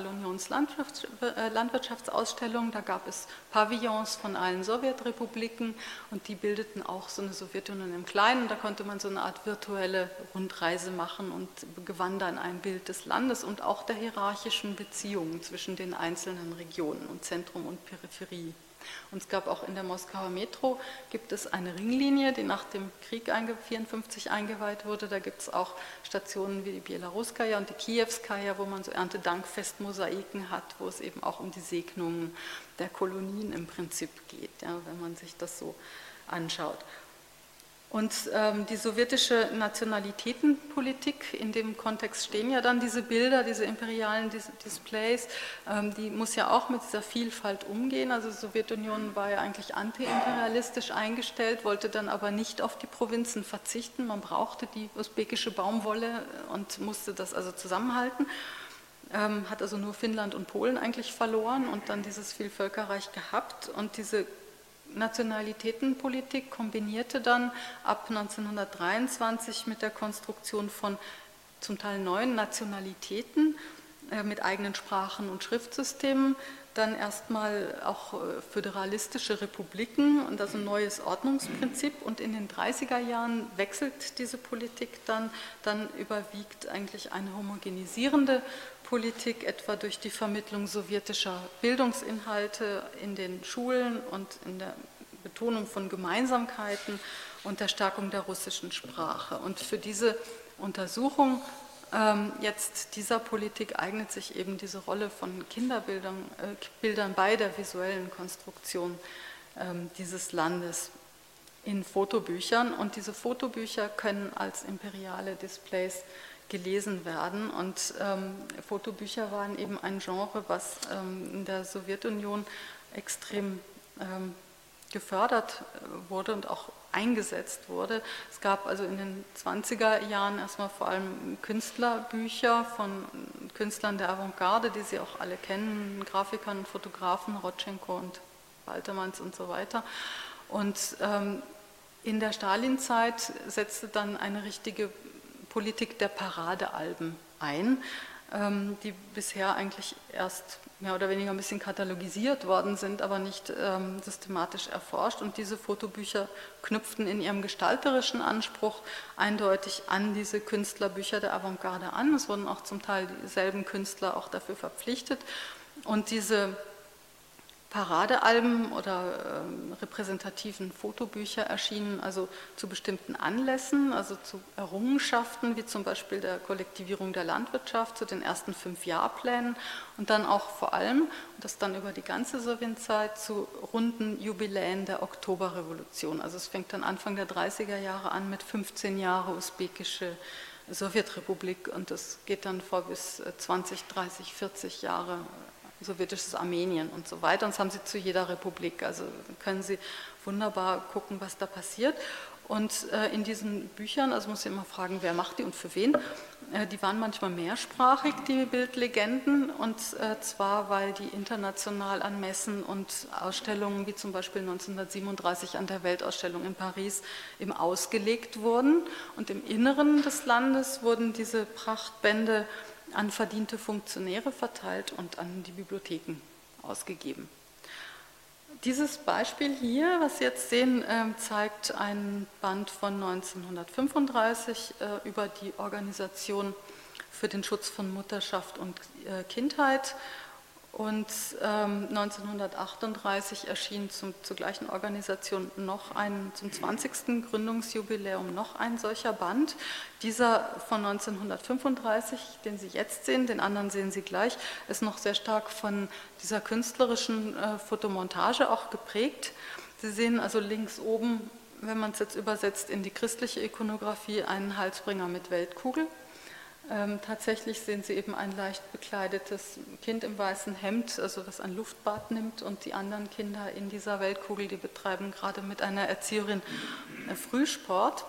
All-Unions-Landwirtschaftsausstellung. Da gab es Pavillons von allen Sowjetrepubliken und die bildeten auch so eine Sowjetunion im Kleinen. Da konnte man so eine Art virtuelle Rundreise machen und gewann dann ein Bild des Landes und auch der hierarchischen Beziehungen zwischen den einzelnen Regionen und Zentrum und Peripherie. Und es gab auch in der Moskauer Metro, gibt es eine Ringlinie, die nach dem Krieg neunzehnhundertvierundfünfzig eingeweiht wurde. Da gibt es auch Stationen wie die Bieloruskaja und die Kiewskaja, wo man so Erntedankfestmosaiken hat, wo es eben auch um die Segnungen der Kolonien im Prinzip geht, ja, wenn man sich das so anschaut. Und ähm, die sowjetische Nationalitätenpolitik, in dem Kontext stehen ja dann diese Bilder, diese imperialen Dis Displays, ähm, die muss ja auch mit dieser Vielfalt umgehen. Also die Sowjetunion war ja eigentlich antiimperialistisch eingestellt, wollte dann aber nicht auf die Provinzen verzichten. Man brauchte die usbekische Baumwolle und musste das also zusammenhalten. Ähm, hat also nur Finnland und Polen eigentlich verloren und dann dieses Vielvölkerreich gehabt. Und diese Nationalitätenpolitik kombinierte dann ab neunzehnhundertdreiundzwanzig mit der Konstruktion von zum Teil neuen Nationalitäten äh, mit eigenen Sprachen und Schriftsystemen, dann erstmal auch äh, föderalistische Republiken und also ein neues Ordnungsprinzip und in den dreißiger Jahren wechselt diese Politik dann, dann überwiegt eigentlich eine homogenisierende Politik, etwa durch die Vermittlung sowjetischer Bildungsinhalte in den Schulen und in der Betonung von Gemeinsamkeiten und der Stärkung der russischen Sprache. Und für diese Untersuchung ähm, jetzt dieser Politik eignet sich eben diese Rolle von Kinderbildern äh, Bildern bei der visuellen Konstruktion ähm, dieses Landes in Fotobüchern. Und diese Fotobücher können als imperiale Displays gelesen werden. Und ähm, Fotobücher waren eben ein Genre, was ähm, in der Sowjetunion extrem ähm, gefördert wurde und auch eingesetzt wurde. Es gab also in den zwanziger Jahren erstmal vor allem Künstlerbücher von Künstlern der Avantgarde, die Sie auch alle kennen, Grafikern und Fotografen, Rodchenko und Baltermanns und so weiter. Und ähm, in der Stalinzeit setzte dann eine richtige Politik der Paradealben ein. die bisher eigentlich erst mehr oder weniger ein bisschen katalogisiert worden sind, aber nicht ähm, systematisch erforscht. Und diese Fotobücher knüpften in ihrem gestalterischen Anspruch eindeutig an diese Künstlerbücher der Avantgarde an. Es wurden auch zum Teil dieselben Künstler auch dafür verpflichtet. Und diese Paradealben oder äh, repräsentativen Fotobücher erschienen also zu bestimmten Anlässen, also zu Errungenschaften, wie zum Beispiel der Kollektivierung der Landwirtschaft, zu den ersten fünf Jahrplänen und dann auch vor allem, und das dann über die ganze Sowjetzeit, zu runden Jubiläen der Oktoberrevolution. Also es fängt dann Anfang der dreißiger Jahre an mit fünfzehn Jahre usbekische Sowjetrepublik und das geht dann vor bis zwanzig, dreißig, vierzig Jahre sowjetisches Armenien und so weiter. Und das haben Sie zu jeder Republik. Also können Sie wunderbar gucken, was da passiert. Und äh, in diesen Büchern, also muss ich immer fragen, wer macht die und für wen, äh, die waren manchmal mehrsprachig, die Bildlegenden, und äh, zwar, weil die international an Messen und Ausstellungen, wie zum Beispiel neunzehnhundertsiebenunddreißig an der Weltausstellung in Paris, eben ausgelegt wurden. Und im Inneren des Landes wurden diese Prachtbände an verdiente Funktionäre verteilt und an die Bibliotheken ausgegeben. Dieses Beispiel hier, was Sie jetzt sehen, zeigt ein Band von neunzehnhundertfünfunddreißig über die Organisation für den Schutz von Mutterschaft und Kindheit. Und ähm, neunzehnhundertachtunddreißig erschien zum, zur gleichen Organisation noch ein, zum zwanzigsten Gründungsjubiläum noch ein solcher Band. Dieser von neunzehnhundertfünfunddreißig, den Sie jetzt sehen, den anderen sehen Sie gleich, ist noch sehr stark von dieser künstlerischen äh, Fotomontage auch geprägt. Sie sehen also links oben, wenn man es jetzt übersetzt in die christliche Ikonografie, einen Halsbringer mit Weltkugel. Ähm, tatsächlich sehen Sie eben ein leicht bekleidetes Kind im weißen Hemd, also das ein Luftbad nimmt, und die anderen Kinder in dieser Weltkugel, die betreiben gerade mit einer Erzieherin äh, Frühsport.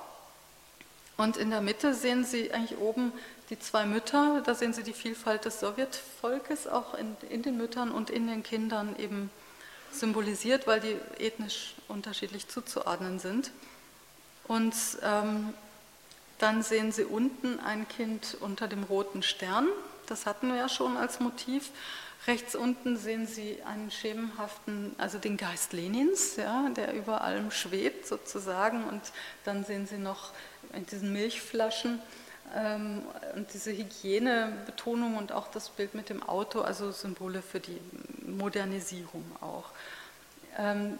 Und in der Mitte sehen Sie eigentlich oben die zwei Mütter, da sehen Sie die Vielfalt des Sowjetvolkes auch in, in den Müttern und in den Kindern eben symbolisiert, weil die ethnisch unterschiedlich zuzuordnen sind. Und ähm, dann sehen Sie unten ein Kind unter dem roten Stern, das hatten wir ja schon als Motiv. Rechts unten sehen Sie einen schemenhaften, also den Geist Lenins, ja, der über allem schwebt sozusagen. Und dann sehen Sie noch in diesen Milchflaschen ähm, und diese Hygienebetonung und auch das Bild mit dem Auto, also Symbole für die Modernisierung auch. Ähm,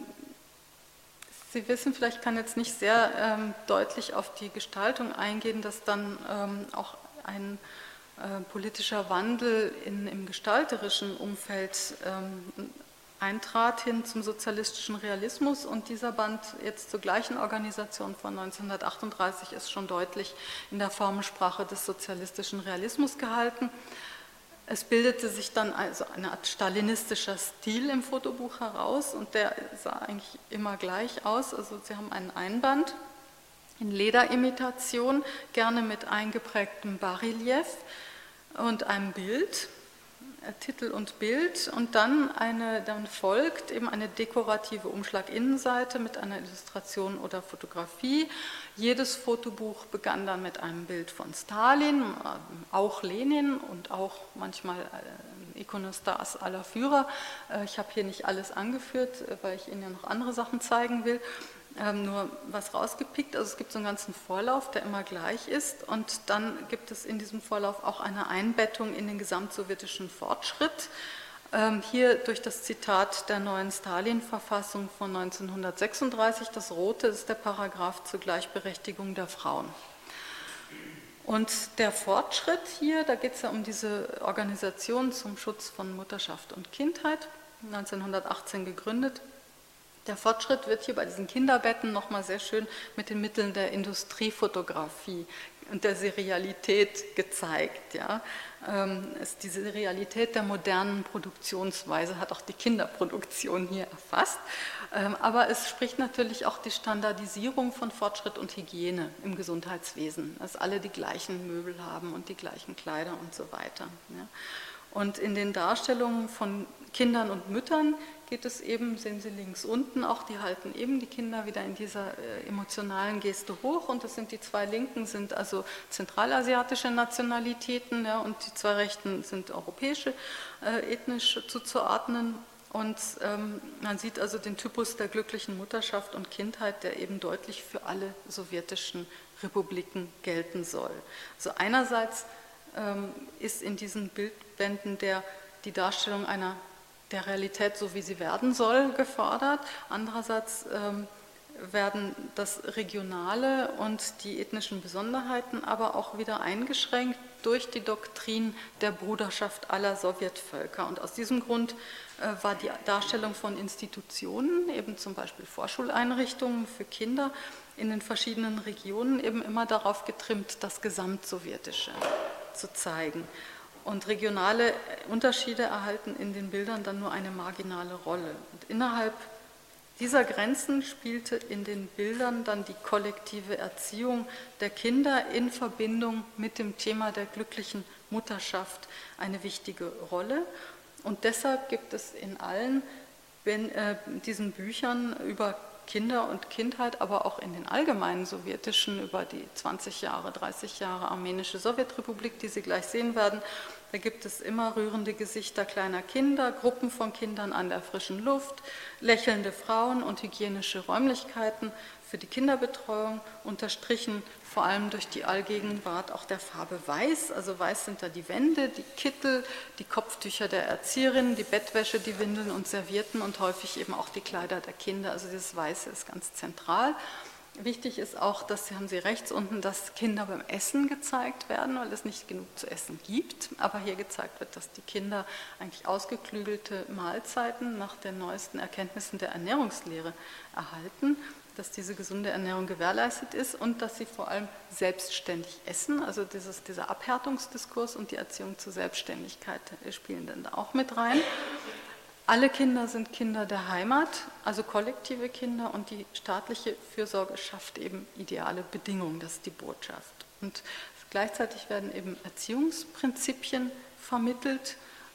Sie wissen, vielleicht kann jetzt nicht sehr ähm, deutlich auf die Gestaltung eingehen, dass dann ähm, auch ein äh, politischer Wandel in, im gestalterischen Umfeld ähm, eintrat hin zum sozialistischen Realismus, und dieser Band jetzt zur gleichen Organisation von neunzehnhundertachtunddreißig ist schon deutlich in der Formensprache des sozialistischen Realismus gehalten. Es bildete sich dann also eine Art stalinistischer Stil im Fotobuch heraus, und der sah eigentlich immer gleich aus. Also Sie haben einen Einband in Lederimitation, gerne mit eingeprägtem Basrelief und einem Bild, Titel und Bild, und dann, eine, dann folgt eben eine dekorative Umschlaginnenseite mit einer Illustration oder Fotografie. Jedes Fotobuch begann dann mit einem Bild von Stalin, auch Lenin und auch manchmal Ikonostas aller Führer. Ich habe hier nicht alles angeführt, weil ich Ihnen ja noch andere Sachen zeigen will. Ähm, nur was rausgepickt, also es gibt so einen ganzen Vorlauf, der immer gleich ist, und dann gibt es in diesem Vorlauf auch eine Einbettung in den gesamtsowjetischen Fortschritt. Ähm, hier durch das Zitat der neuen Stalin-Verfassung von neunzehnhundertsechsunddreißig, das Rote ist der Paragraph zur Gleichberechtigung der Frauen. Und der Fortschritt hier, da geht es ja um diese Organisation zum Schutz von Mutterschaft und Kindheit, neunzehnhundertachtzehn gegründet. Der Fortschritt wird hier bei diesen Kinderbetten nochmal sehr schön mit den Mitteln der Industriefotografie und der Serialität gezeigt. Ja. Die Serialität der modernen Produktionsweise hat auch die Kinderproduktion hier erfasst. Aber es spricht natürlich auch die Standardisierung von Fortschritt und Hygiene im Gesundheitswesen, dass alle die gleichen Möbel haben und die gleichen Kleider und so weiter. Ja. Und in den Darstellungen von Kindern und Müttern geht es eben, sehen Sie links unten auch, die halten eben die Kinder wieder in dieser äh, emotionalen Geste hoch, und das sind die zwei Linken, sind also zentralasiatische Nationalitäten, ja, und die zwei Rechten sind europäische, äh, ethnisch zuzuordnen. Und ähm, man sieht also den Typus der glücklichen Mutterschaft und Kindheit, der eben deutlich für alle sowjetischen Republiken gelten soll. Also einerseits ähm, ist in diesen Bildbänden der, die Darstellung einer der Realität, so wie sie werden soll, gefordert. Andererseits ähm, werden das Regionale und die ethnischen Besonderheiten aber auch wieder eingeschränkt durch die Doktrin der Bruderschaft aller Sowjetvölker. Und aus diesem Grund äh, war die Darstellung von Institutionen, eben zum Beispiel Vorschuleinrichtungen für Kinder in den verschiedenen Regionen, eben immer darauf getrimmt, das Gesamtsowjetische zu zeigen. Und regionale Unterschiede erhalten in den Bildern dann nur eine marginale Rolle. Und innerhalb dieser Grenzen spielte in den Bildern dann die kollektive Erziehung der Kinder in Verbindung mit dem Thema der glücklichen Mutterschaft eine wichtige Rolle. Und deshalb gibt es in allen diesen Büchern über Kinder und Kindheit, aber auch in den allgemeinen sowjetischen, über die zwanzig Jahre, dreißig Jahre armenische Sowjetrepublik, die Sie gleich sehen werden, da gibt es immer rührende Gesichter kleiner Kinder, Gruppen von Kindern an der frischen Luft, lächelnde Frauen und hygienische Räumlichkeiten für die Kinderbetreuung, unterstrichen vor allem durch die Allgegenwart auch der Farbe Weiß. Also weiß sind da die Wände, die Kittel, die Kopftücher der Erzieherinnen, die Bettwäsche, die Windeln und Servietten und häufig eben auch die Kleider der Kinder. Also dieses Weiße ist ganz zentral. Wichtig ist auch, dass, Sie haben Sie rechts unten, dass Kinder beim Essen gezeigt werden, weil es nicht genug zu essen gibt. Aber hier gezeigt wird, dass die Kinder eigentlich ausgeklügelte Mahlzeiten nach den neuesten Erkenntnissen der Ernährungslehre erhalten, dass diese gesunde Ernährung gewährleistet ist und dass sie vor allem selbstständig essen. Also dieses, dieser Abhärtungsdiskurs und die Erziehung zur Selbstständigkeit spielen dann da auch mit rein. Alle Kinder sind Kinder der Heimat, also kollektive Kinder, und die staatliche Fürsorge schafft eben ideale Bedingungen, das ist die Botschaft. Und gleichzeitig werden eben Erziehungsprinzipien vermittelt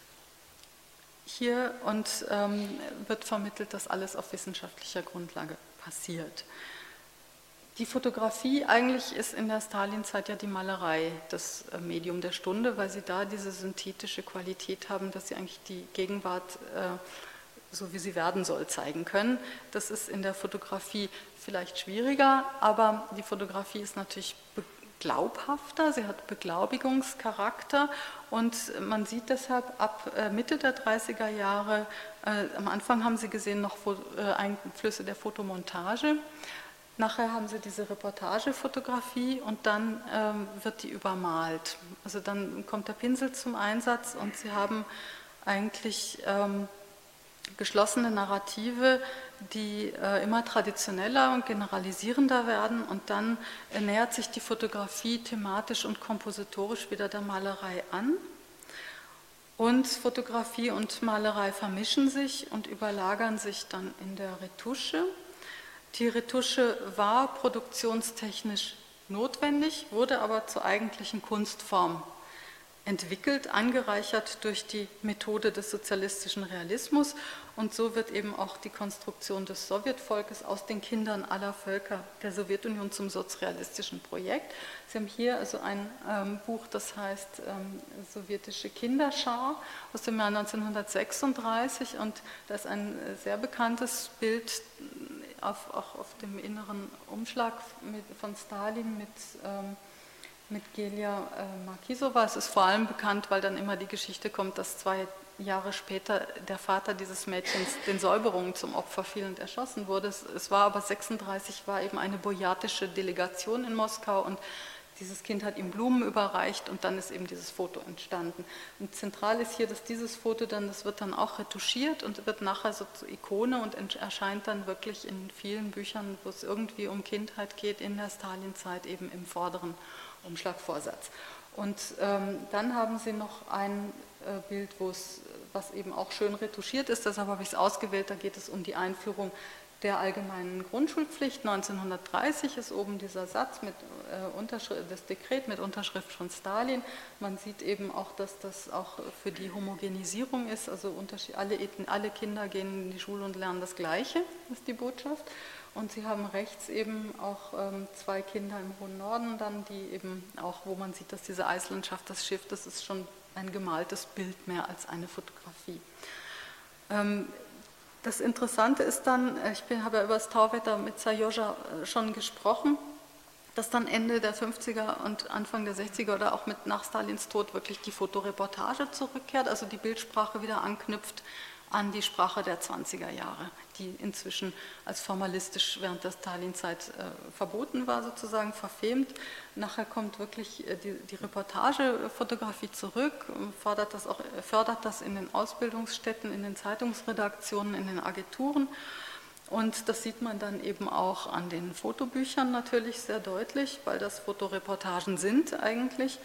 hier und ähm, wird vermittelt, dass alles auf wissenschaftlicher Grundlage passiert. Die Fotografie, eigentlich ist in der Stalinzeit ja die Malerei das Medium der Stunde, weil sie da diese synthetische Qualität haben, dass sie eigentlich die Gegenwart, äh, so wie sie werden soll, zeigen können. Das ist in der Fotografie vielleicht schwieriger, aber die Fotografie ist natürlich glaubhafter, sie hat Beglaubigungscharakter und man sieht deshalb ab Mitte der dreißiger Jahre, äh, am Anfang haben Sie gesehen noch äh, Einflüsse der Fotomontage, nachher haben Sie diese Reportagefotografie und dann ähm, wird die übermalt. Also dann kommt der Pinsel zum Einsatz und Sie haben eigentlich ähm, geschlossene Narrative, die äh, immer traditioneller und generalisierender werden, und dann äh, nähert sich die Fotografie thematisch und kompositorisch wieder der Malerei an. Und Fotografie und Malerei vermischen sich und überlagern sich dann in der Retusche. Die Retusche war produktionstechnisch notwendig, wurde aber zur eigentlichen Kunstform entwickelt, angereichert durch die Methode des sozialistischen Realismus, und so wird eben auch die Konstruktion des Sowjetvolkes aus den Kindern aller Völker der Sowjetunion zum sozialistischen Projekt. Sie haben hier also ein ähm, Buch, das heißt ähm, Sowjetische Kinderschar aus dem Jahr neunzehnhundertsechsunddreißig, und da ist ein sehr bekanntes Bild auf, auch auf dem inneren Umschlag mit, von Stalin mit ähm, mit Gelia äh, Markisova. Es ist vor allem bekannt, weil dann immer die Geschichte kommt, dass zwei Jahre später der Vater dieses Mädchens den Säuberungen zum Opfer fiel und erschossen wurde. Es, es war aber sechsunddreißig, war eben eine bojatische Delegation in Moskau, und dieses Kind hat ihm Blumen überreicht und dann ist eben dieses Foto entstanden. Und zentral ist hier, dass dieses Foto dann, das wird dann auch retuschiert und wird nachher so zur Ikone und erscheint dann wirklich in vielen Büchern, wo es irgendwie um Kindheit geht, in der Stalinzeit eben im vorderen Umschlagvorsatz. Und ähm, dann haben Sie noch ein äh, Bild, wo es, was eben auch schön retuschiert ist, deshalb habe ich es ausgewählt, da geht es um die Einführung der allgemeinen Grundschulpflicht. neunzehnhundertdreißig ist oben dieser Satz mit äh, Unterschrift, das Dekret mit Unterschrift von Stalin. Man sieht eben auch, dass das auch für die Homogenisierung ist, also alle, alle Kinder gehen in die Schule und lernen das Gleiche, ist die Botschaft. Und Sie haben rechts eben auch ähm, zwei Kinder im hohen Norden dann, die eben auch, wo man sieht, dass diese Eislandschaft, das Schiff, das ist schon ein gemaltes Bild mehr als eine Fotografie. Ähm, Das Interessante ist dann, ich bin, habe ja über das Tauwetter mit Sajoja schon gesprochen, dass dann Ende der fünfziger und Anfang der sechziger oder auch mit nach Stalins Tod wirklich die Fotoreportage zurückkehrt, also die Bildsprache wieder anknüpft an die Sprache der zwanziger Jahre, die inzwischen als formalistisch während der Stalin-Zeit äh, verboten war, sozusagen verfemt. Nachher kommt wirklich äh, die, die Reportagefotografie zurück, fördert das, auch, fördert das in den Ausbildungsstätten, in den Zeitungsredaktionen, in den Agenturen. Und das sieht man dann eben auch an den Fotobüchern natürlich sehr deutlich, weil das Fotoreportagen sind eigentlich.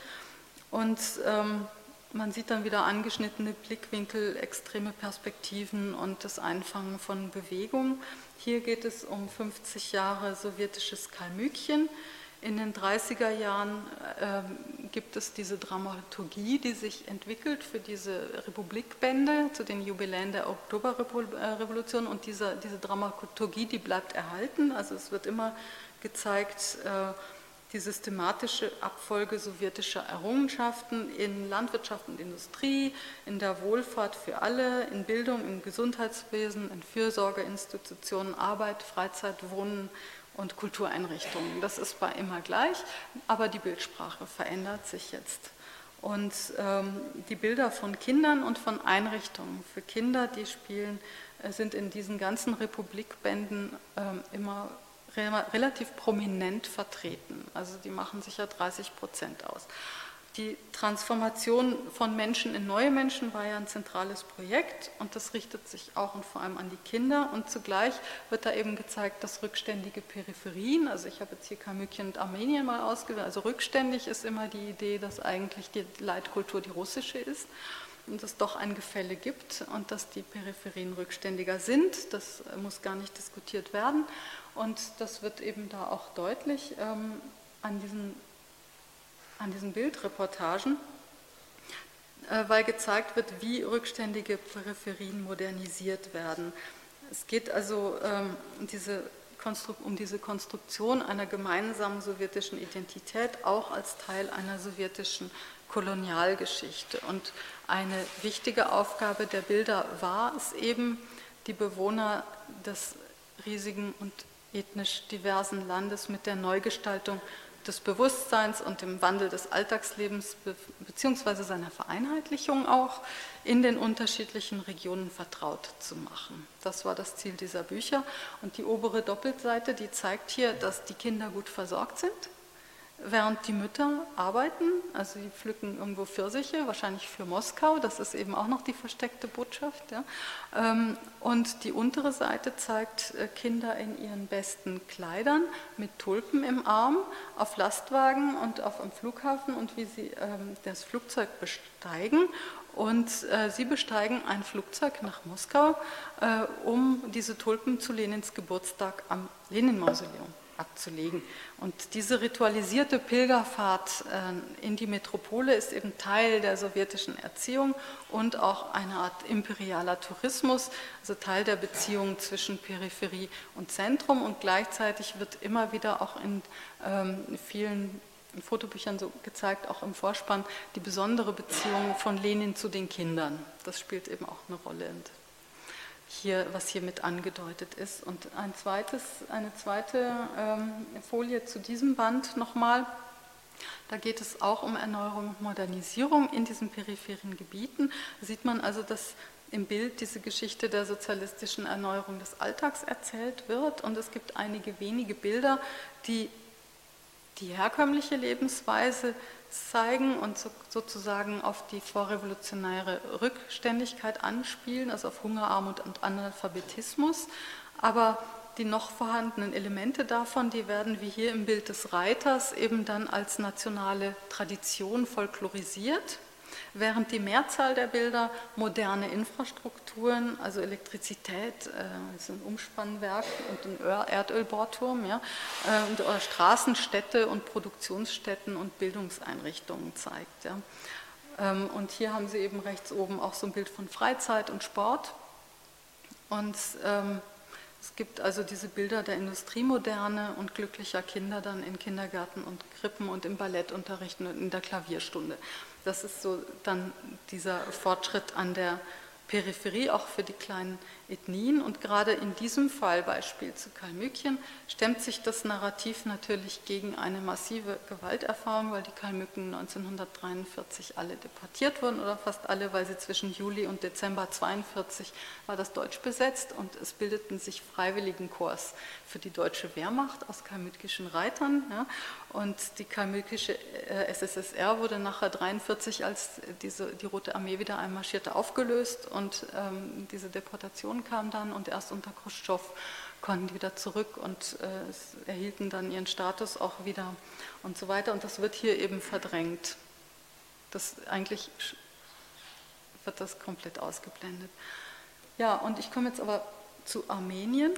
Und ähm, man sieht dann wieder angeschnittene Blickwinkel, extreme Perspektiven und das Einfangen von Bewegung. Hier geht es um fünfzig Jahre sowjetisches Kalmykien. In den dreißiger Jahren äh, gibt es diese Dramaturgie, die sich entwickelt für diese Republikbände zu den Jubiläen der Oktoberrevolution. Und diese, diese Dramaturgie, die bleibt erhalten. Also es wird immer gezeigt, äh, die systematische Abfolge sowjetischer Errungenschaften in Landwirtschaft und Industrie, in der Wohlfahrt für alle, in Bildung, im Gesundheitswesen, in Fürsorgeinstitutionen, Arbeit, Freizeit, Wohnen und Kultureinrichtungen. Das ist bei immer gleich, aber die Bildsprache verändert sich jetzt. Und ähm, die Bilder von Kindern und von Einrichtungen für Kinder, die spielen, äh, sind in diesen ganzen Republikbänden ähm, immer relativ prominent vertreten. Also die machen sicher dreißig Prozent aus. Die Transformation von Menschen in neue Menschen war ja ein zentrales Projekt und das richtet sich auch und vor allem an die Kinder und zugleich wird da eben gezeigt, dass rückständige Peripherien, also ich habe jetzt hier Kalmykien und Armenien mal ausgewählt, also rückständig ist immer die Idee, dass eigentlich die Leitkultur die russische ist und es doch ein Gefälle gibt und dass die Peripherien rückständiger sind, das muss gar nicht diskutiert werden. Und das wird eben da auch deutlich ähm, an, diesen, an diesen Bildreportagen, äh, weil gezeigt wird, wie rückständige Peripherien modernisiert werden. Es geht also ähm, diese um diese Konstruktion einer gemeinsamen sowjetischen Identität, auch als Teil einer sowjetischen Kolonialgeschichte. Und eine wichtige Aufgabe der Bilder war es eben, die Bewohner des riesigen und ethnisch diversen Landes mit der Neugestaltung des Bewusstseins und dem Wandel des Alltagslebens beziehungsweise seiner Vereinheitlichung auch in den unterschiedlichen Regionen vertraut zu machen. Das war das Ziel dieser Bücher. Und die obere Doppelseite, die zeigt hier, dass die Kinder gut versorgt sind, während die Mütter arbeiten, also die pflücken irgendwo Pfirsiche, wahrscheinlich für Moskau, das ist eben auch noch die versteckte Botschaft. Ja. Und die untere Seite zeigt Kinder in ihren besten Kleidern mit Tulpen im Arm auf Lastwagen und auf dem Flughafen und wie sie das Flugzeug besteigen. Und sie besteigen ein Flugzeug nach Moskau, um diese Tulpen zu Lenins Geburtstag am Lenin-Mausoleum abzulegen. Und diese ritualisierte Pilgerfahrt in die Metropole ist eben Teil der sowjetischen Erziehung und auch eine Art imperialer Tourismus, also Teil der Beziehung zwischen Peripherie und Zentrum. Und gleichzeitig wird immer wieder auch in vielen Fotobüchern so gezeigt, auch im Vorspann, die besondere Beziehung von Lenin zu den Kindern. Das spielt eben auch eine Rolle. Und hier, was hier mit angedeutet ist. Und ein zweites, eine zweite ähm, Folie zu diesem Band nochmal. Da geht es auch um Erneuerung und Modernisierung in diesen peripheren Gebieten. Da sieht man also, dass im Bild diese Geschichte der sozialistischen Erneuerung des Alltags erzählt wird. Und es gibt einige wenige Bilder, die die herkömmliche Lebensweise zeigen und so, sozusagen auf die vorrevolutionäre Rückständigkeit anspielen, also auf Hunger, Armut und Analphabetismus. Aber die noch vorhandenen Elemente davon, die werden wie hier im Bild des Reiters eben dann als nationale Tradition folklorisiert. Während die Mehrzahl der Bilder moderne Infrastrukturen, also Elektrizität, äh, das ist ein Umspannwerk und ein Erdölbohrturm, ja, äh, und, oder Straßen, Städte und Produktionsstätten und Bildungseinrichtungen zeigt. Ja. Ähm, und hier haben Sie eben rechts oben auch so ein Bild von Freizeit und Sport. Und ähm, es gibt also diese Bilder der Industriemoderne und glücklicher Kinder dann in Kindergärten und Krippen und im Ballettunterricht und in der Klavierstunde. Das ist so dann dieser Fortschritt an der Peripherie, auch für die kleinen Ethnien. Und gerade in diesem Fallbeispiel zu Kalmykien stemmt sich das Narrativ natürlich gegen eine massive Gewalterfahrung, weil die Kalmyken neunzehnhundertdreiundvierzig alle deportiert wurden oder fast alle, weil sie zwischen Juli und Dezember zweiundvierzig war das deutsch besetzt und es bildeten sich Freiwilligenkorps für die deutsche Wehrmacht aus kalmykischen Reitern. Ja, und die kalmykische äh, S S S R wurde nachher neunzehnhundertdreiundvierzig, als diese, die Rote Armee wieder einmarschierte, aufgelöst und ähm, diese Deportation kam dann und erst unter Khrushchev konnten die wieder zurück und äh, erhielten dann ihren Status auch wieder und so weiter. Und das wird hier eben verdrängt. Das eigentlich wird das komplett ausgeblendet. Ja, und ich komme jetzt aber zu Armenien,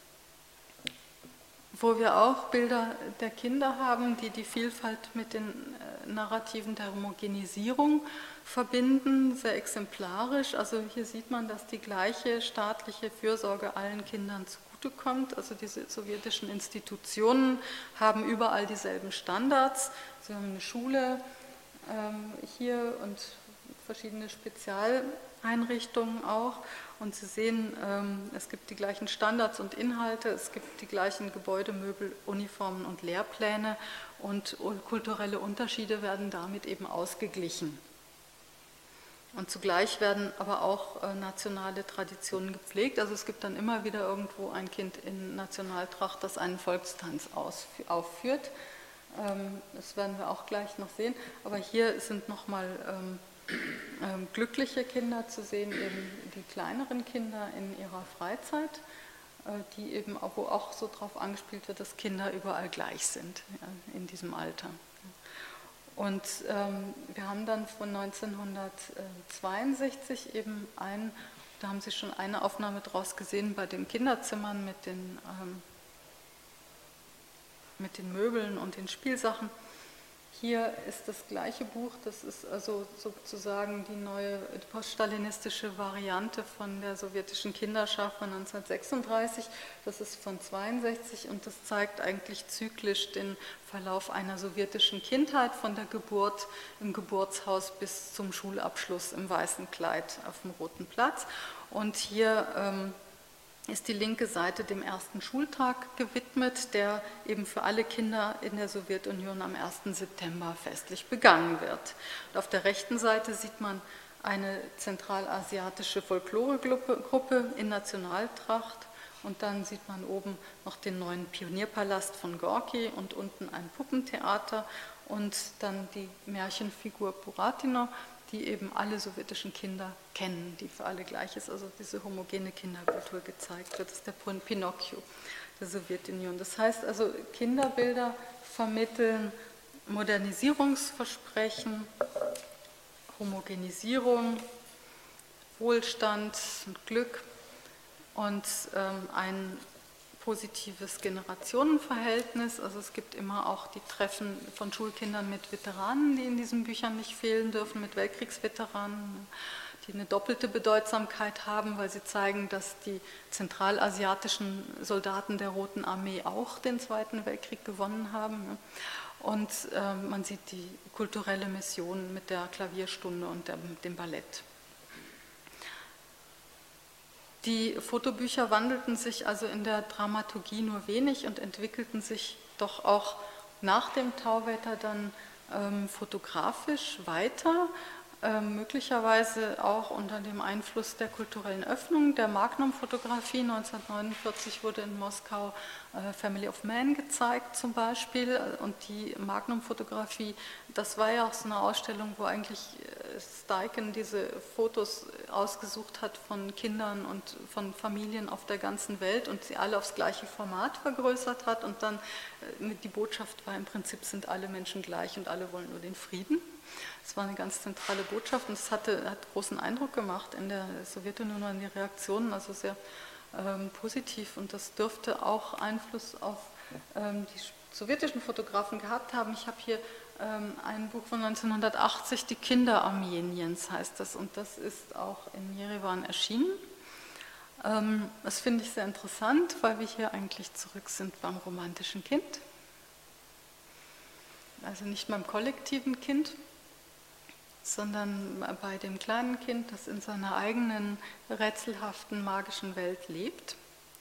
wo wir auch Bilder der Kinder haben, die die Vielfalt mit den äh, Narrativen der Homogenisierung verbinden, sehr exemplarisch. Also hier sieht man, dass die gleiche staatliche Fürsorge allen Kindern zugutekommt. Also diese sowjetischen Institutionen haben überall dieselben Standards. Sie haben eine Schule ähm, hier und verschiedene Spezialeinrichtungen auch. Und Sie sehen, ähm, es gibt die gleichen Standards und Inhalte, es gibt die gleichen Gebäude, Möbel, Uniformen und Lehrpläne und kulturelle Unterschiede werden damit eben ausgeglichen. Und zugleich werden aber auch äh, nationale Traditionen gepflegt. Also es gibt dann immer wieder irgendwo ein Kind in Nationaltracht, das einen Volkstanz aufführt. Ähm, das werden wir auch gleich noch sehen. Aber hier sind nochmal ähm, ähm, glückliche Kinder zu sehen, eben die kleineren Kinder in ihrer Freizeit, äh, die eben auch, wo auch so drauf angespielt wird, dass Kinder überall gleich sind, ja, in diesem Alter. Und ähm, wir haben dann von neunzehnhundertzweiundsechzig eben ein, da haben Sie schon eine Aufnahme draus gesehen, bei den Kinderzimmern mit den, ähm, mit den Möbeln und den Spielsachen. Hier ist das gleiche Buch, das ist also sozusagen die neue poststalinistische Variante von der sowjetischen Kinderschar von neunzehnhundertsechsunddreißig. Das ist von zweiundsechzig und das zeigt eigentlich zyklisch den Verlauf einer sowjetischen Kindheit von der Geburt im Geburtshaus bis zum Schulabschluss im weißen Kleid auf dem Roten Platz. Und hier ähm, ist die linke Seite dem ersten Schultag gewidmet, der eben für alle Kinder in der Sowjetunion am ersten September festlich begangen wird. Und auf der rechten Seite sieht man eine zentralasiatische Folkloregruppe in Nationaltracht und dann sieht man oben noch den neuen Pionierpalast von Gorki und unten ein Puppentheater und dann die Märchenfigur Buratino, die eben alle sowjetischen Kinder kennen, die für alle gleich ist, also diese homogene Kinderkultur gezeigt wird. Das ist der Pinocchio der Sowjetunion. Das heißt also, Kinderbilder vermitteln Modernisierungsversprechen, Homogenisierung, Wohlstand und Glück und ähm, ein positives Generationenverhältnis. Also es gibt immer auch die Treffen von Schulkindern mit Veteranen, die in diesen Büchern nicht fehlen dürfen, mit Weltkriegsveteranen, die eine doppelte Bedeutsamkeit haben, weil sie zeigen, dass die zentralasiatischen Soldaten der Roten Armee auch den Zweiten Weltkrieg gewonnen haben. Und äh, man sieht die kulturelle Mission mit der Klavierstunde und der, dem Ballett. Die Fotobücher wandelten sich also in der Dramaturgie nur wenig und entwickelten sich doch auch nach dem Tauwetter dann ähm, fotografisch weiter, ähm, möglicherweise auch unter dem Einfluss der kulturellen Öffnung. Der Magnum-Fotografie neunzehnhundertneunundvierzig wurde in Moskau äh, Family of Man gezeigt zum Beispiel und die Magnum-Fotografie, das war ja auch so eine Ausstellung, wo eigentlich äh, Steichen diese Fotos ausgesucht hat von Kindern und von Familien auf der ganzen Welt und sie alle aufs gleiche Format vergrößert hat. Und dann äh, die Botschaft war im Prinzip, sind alle Menschen gleich und alle wollen nur den Frieden. Das war eine ganz zentrale Botschaft und es hatte, hat großen Eindruck gemacht in der Sowjetunion an die Reaktionen, also sehr ähm, positiv. Und das dürfte auch Einfluss auf ähm, die sowjetischen Fotografen gehabt haben. Ich habe hier ähm, ein Buch von neunzehnhundertachtzig, Die Kinder Armeniens heißt das, und das ist auch in Jerewan erschienen. Ähm, das finde ich sehr interessant, weil wir hier eigentlich zurück sind beim romantischen Kind, also nicht beim kollektiven Kind, sondern bei dem kleinen Kind, das in seiner eigenen rätselhaften, magischen Welt lebt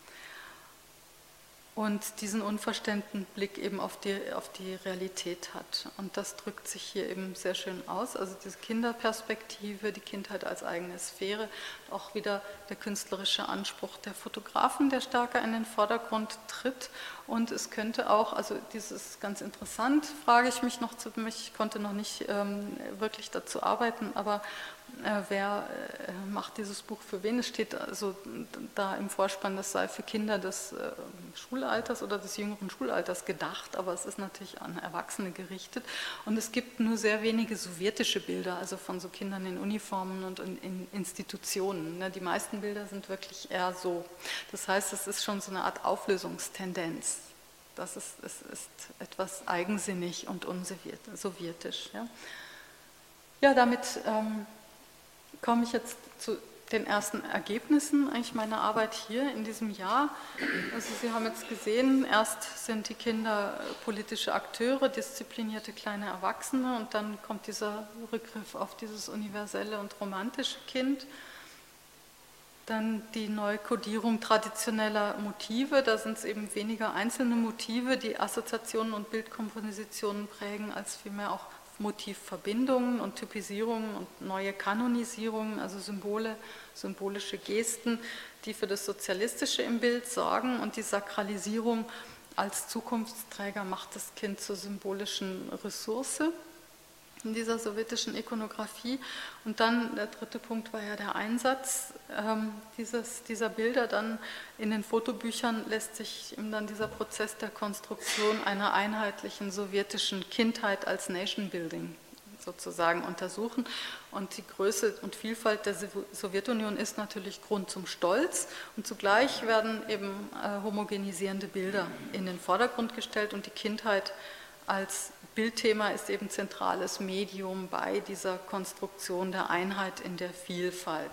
und diesen unverständlichen Blick eben auf die, auf die Realität hat. Und das drückt sich hier eben sehr schön aus, also diese Kinderperspektive, die Kindheit als eigene Sphäre, auch wieder der künstlerische Anspruch der Fotografen, der stärker in den Vordergrund tritt. Und es könnte auch, also dieses ganz interessant, frage ich mich noch zu mich, ich konnte noch nicht ähm, wirklich dazu arbeiten, aber äh, wer äh, macht dieses Buch für wen? Es steht also da im Vorspann, das sei für Kinder des äh, Schulalters oder des jüngeren Schulalters gedacht, aber es ist natürlich an Erwachsene gerichtet. Und es gibt nur sehr wenige sowjetische Bilder, also von so Kindern in Uniformen und in, in Institutionen. Ne? Die meisten Bilder sind wirklich eher so. Das heißt, es ist schon so eine Art Auflösungstendenz. Das ist, es ist etwas eigensinnig und unsowjetisch. Ja, ja damit ähm, komme ich jetzt zu den ersten Ergebnissen eigentlich meiner Arbeit hier in diesem Jahr. Also Sie haben jetzt gesehen, erst sind die Kinder politische Akteure, disziplinierte kleine Erwachsene und dann kommt dieser Rückgriff auf dieses universelle und romantische Kind. Dann die Neukodierung traditioneller Motive, da sind es eben weniger einzelne Motive, die Assoziationen und Bildkompositionen prägen, als vielmehr auch Motivverbindungen und Typisierungen und neue Kanonisierungen, also Symbole, symbolische Gesten, die für das Sozialistische im Bild sorgen, und die Sakralisierung als Zukunftsträger macht das Kind zur symbolischen Ressource in dieser sowjetischen Ikonografie. Und dann der dritte Punkt war ja der Einsatz ähm, dieses, dieser Bilder. Dann in den Fotobüchern lässt sich eben dann dieser Prozess der Konstruktion einer einheitlichen sowjetischen Kindheit als Nation Building sozusagen untersuchen. Und die Größe und Vielfalt der Sowjetunion ist natürlich Grund zum Stolz. Und zugleich werden eben äh, homogenisierende Bilder in den Vordergrund gestellt und die Kindheit als Bildthema ist eben zentrales Medium bei dieser Konstruktion der Einheit in der Vielfalt.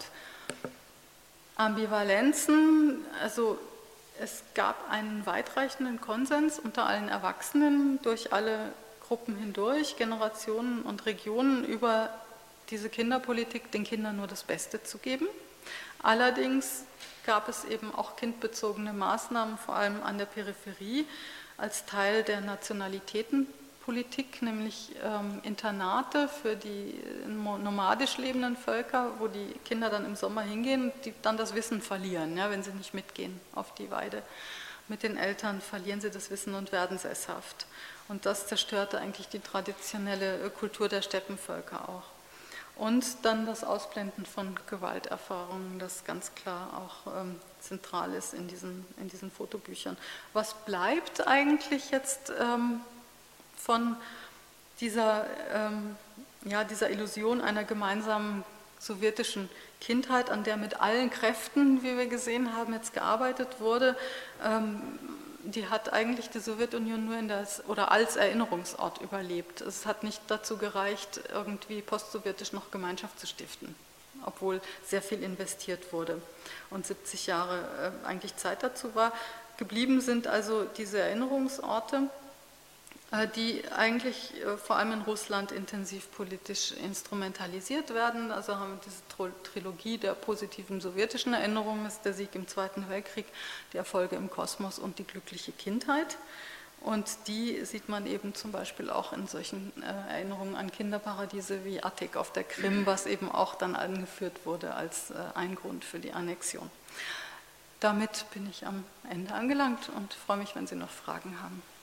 Ambivalenzen, also es gab einen weitreichenden Konsens unter allen Erwachsenen durch alle Gruppen hindurch, Generationen und Regionen über diese Kinderpolitik, den Kindern nur das Beste zu geben. Allerdings gab es eben auch kindbezogene Maßnahmen, vor allem an der Peripherie, als Teil der Nationalitätenpolitik, nämlich ähm, Internate für die nomadisch lebenden Völker, wo die Kinder dann im Sommer hingehen, die dann das Wissen verlieren, ja, wenn sie nicht mitgehen auf die Weide. Mit den Eltern verlieren sie das Wissen und werden sesshaft. Und das zerstörte eigentlich die traditionelle Kultur der Steppenvölker auch. Und dann das Ausblenden von Gewalterfahrungen, das ganz klar auch ähm, zentral ist in diesen, in diesen Fotobüchern. Was bleibt eigentlich jetzt ähm, von dieser, ähm, ja, dieser Illusion einer gemeinsamen sowjetischen Kindheit, an der mit allen Kräften, wie wir gesehen haben, jetzt gearbeitet wurde? Ähm, die hat eigentlich die Sowjetunion nur in das, oder als Erinnerungsort überlebt. Es hat nicht dazu gereicht, irgendwie postsowjetisch noch Gemeinschaft zu stiften, obwohl sehr viel investiert wurde und siebzig Jahre äh, eigentlich Zeit dazu war. Geblieben sind also diese Erinnerungsorte, äh, die eigentlich äh, vor allem in Russland intensiv politisch instrumentalisiert werden. Also haben wir diese Trilogie der positiven sowjetischen Erinnerungen, ist der Sieg im Zweiten Weltkrieg, die Erfolge im Kosmos und die glückliche Kindheit. Und die sieht man eben zum Beispiel auch in solchen äh, Erinnerungen an Kinderparadiese wie Attik auf der Krim, was eben auch dann angeführt wurde als äh, ein Grund für die Annexion. Damit bin ich am Ende angelangt und freue mich, wenn Sie noch Fragen haben.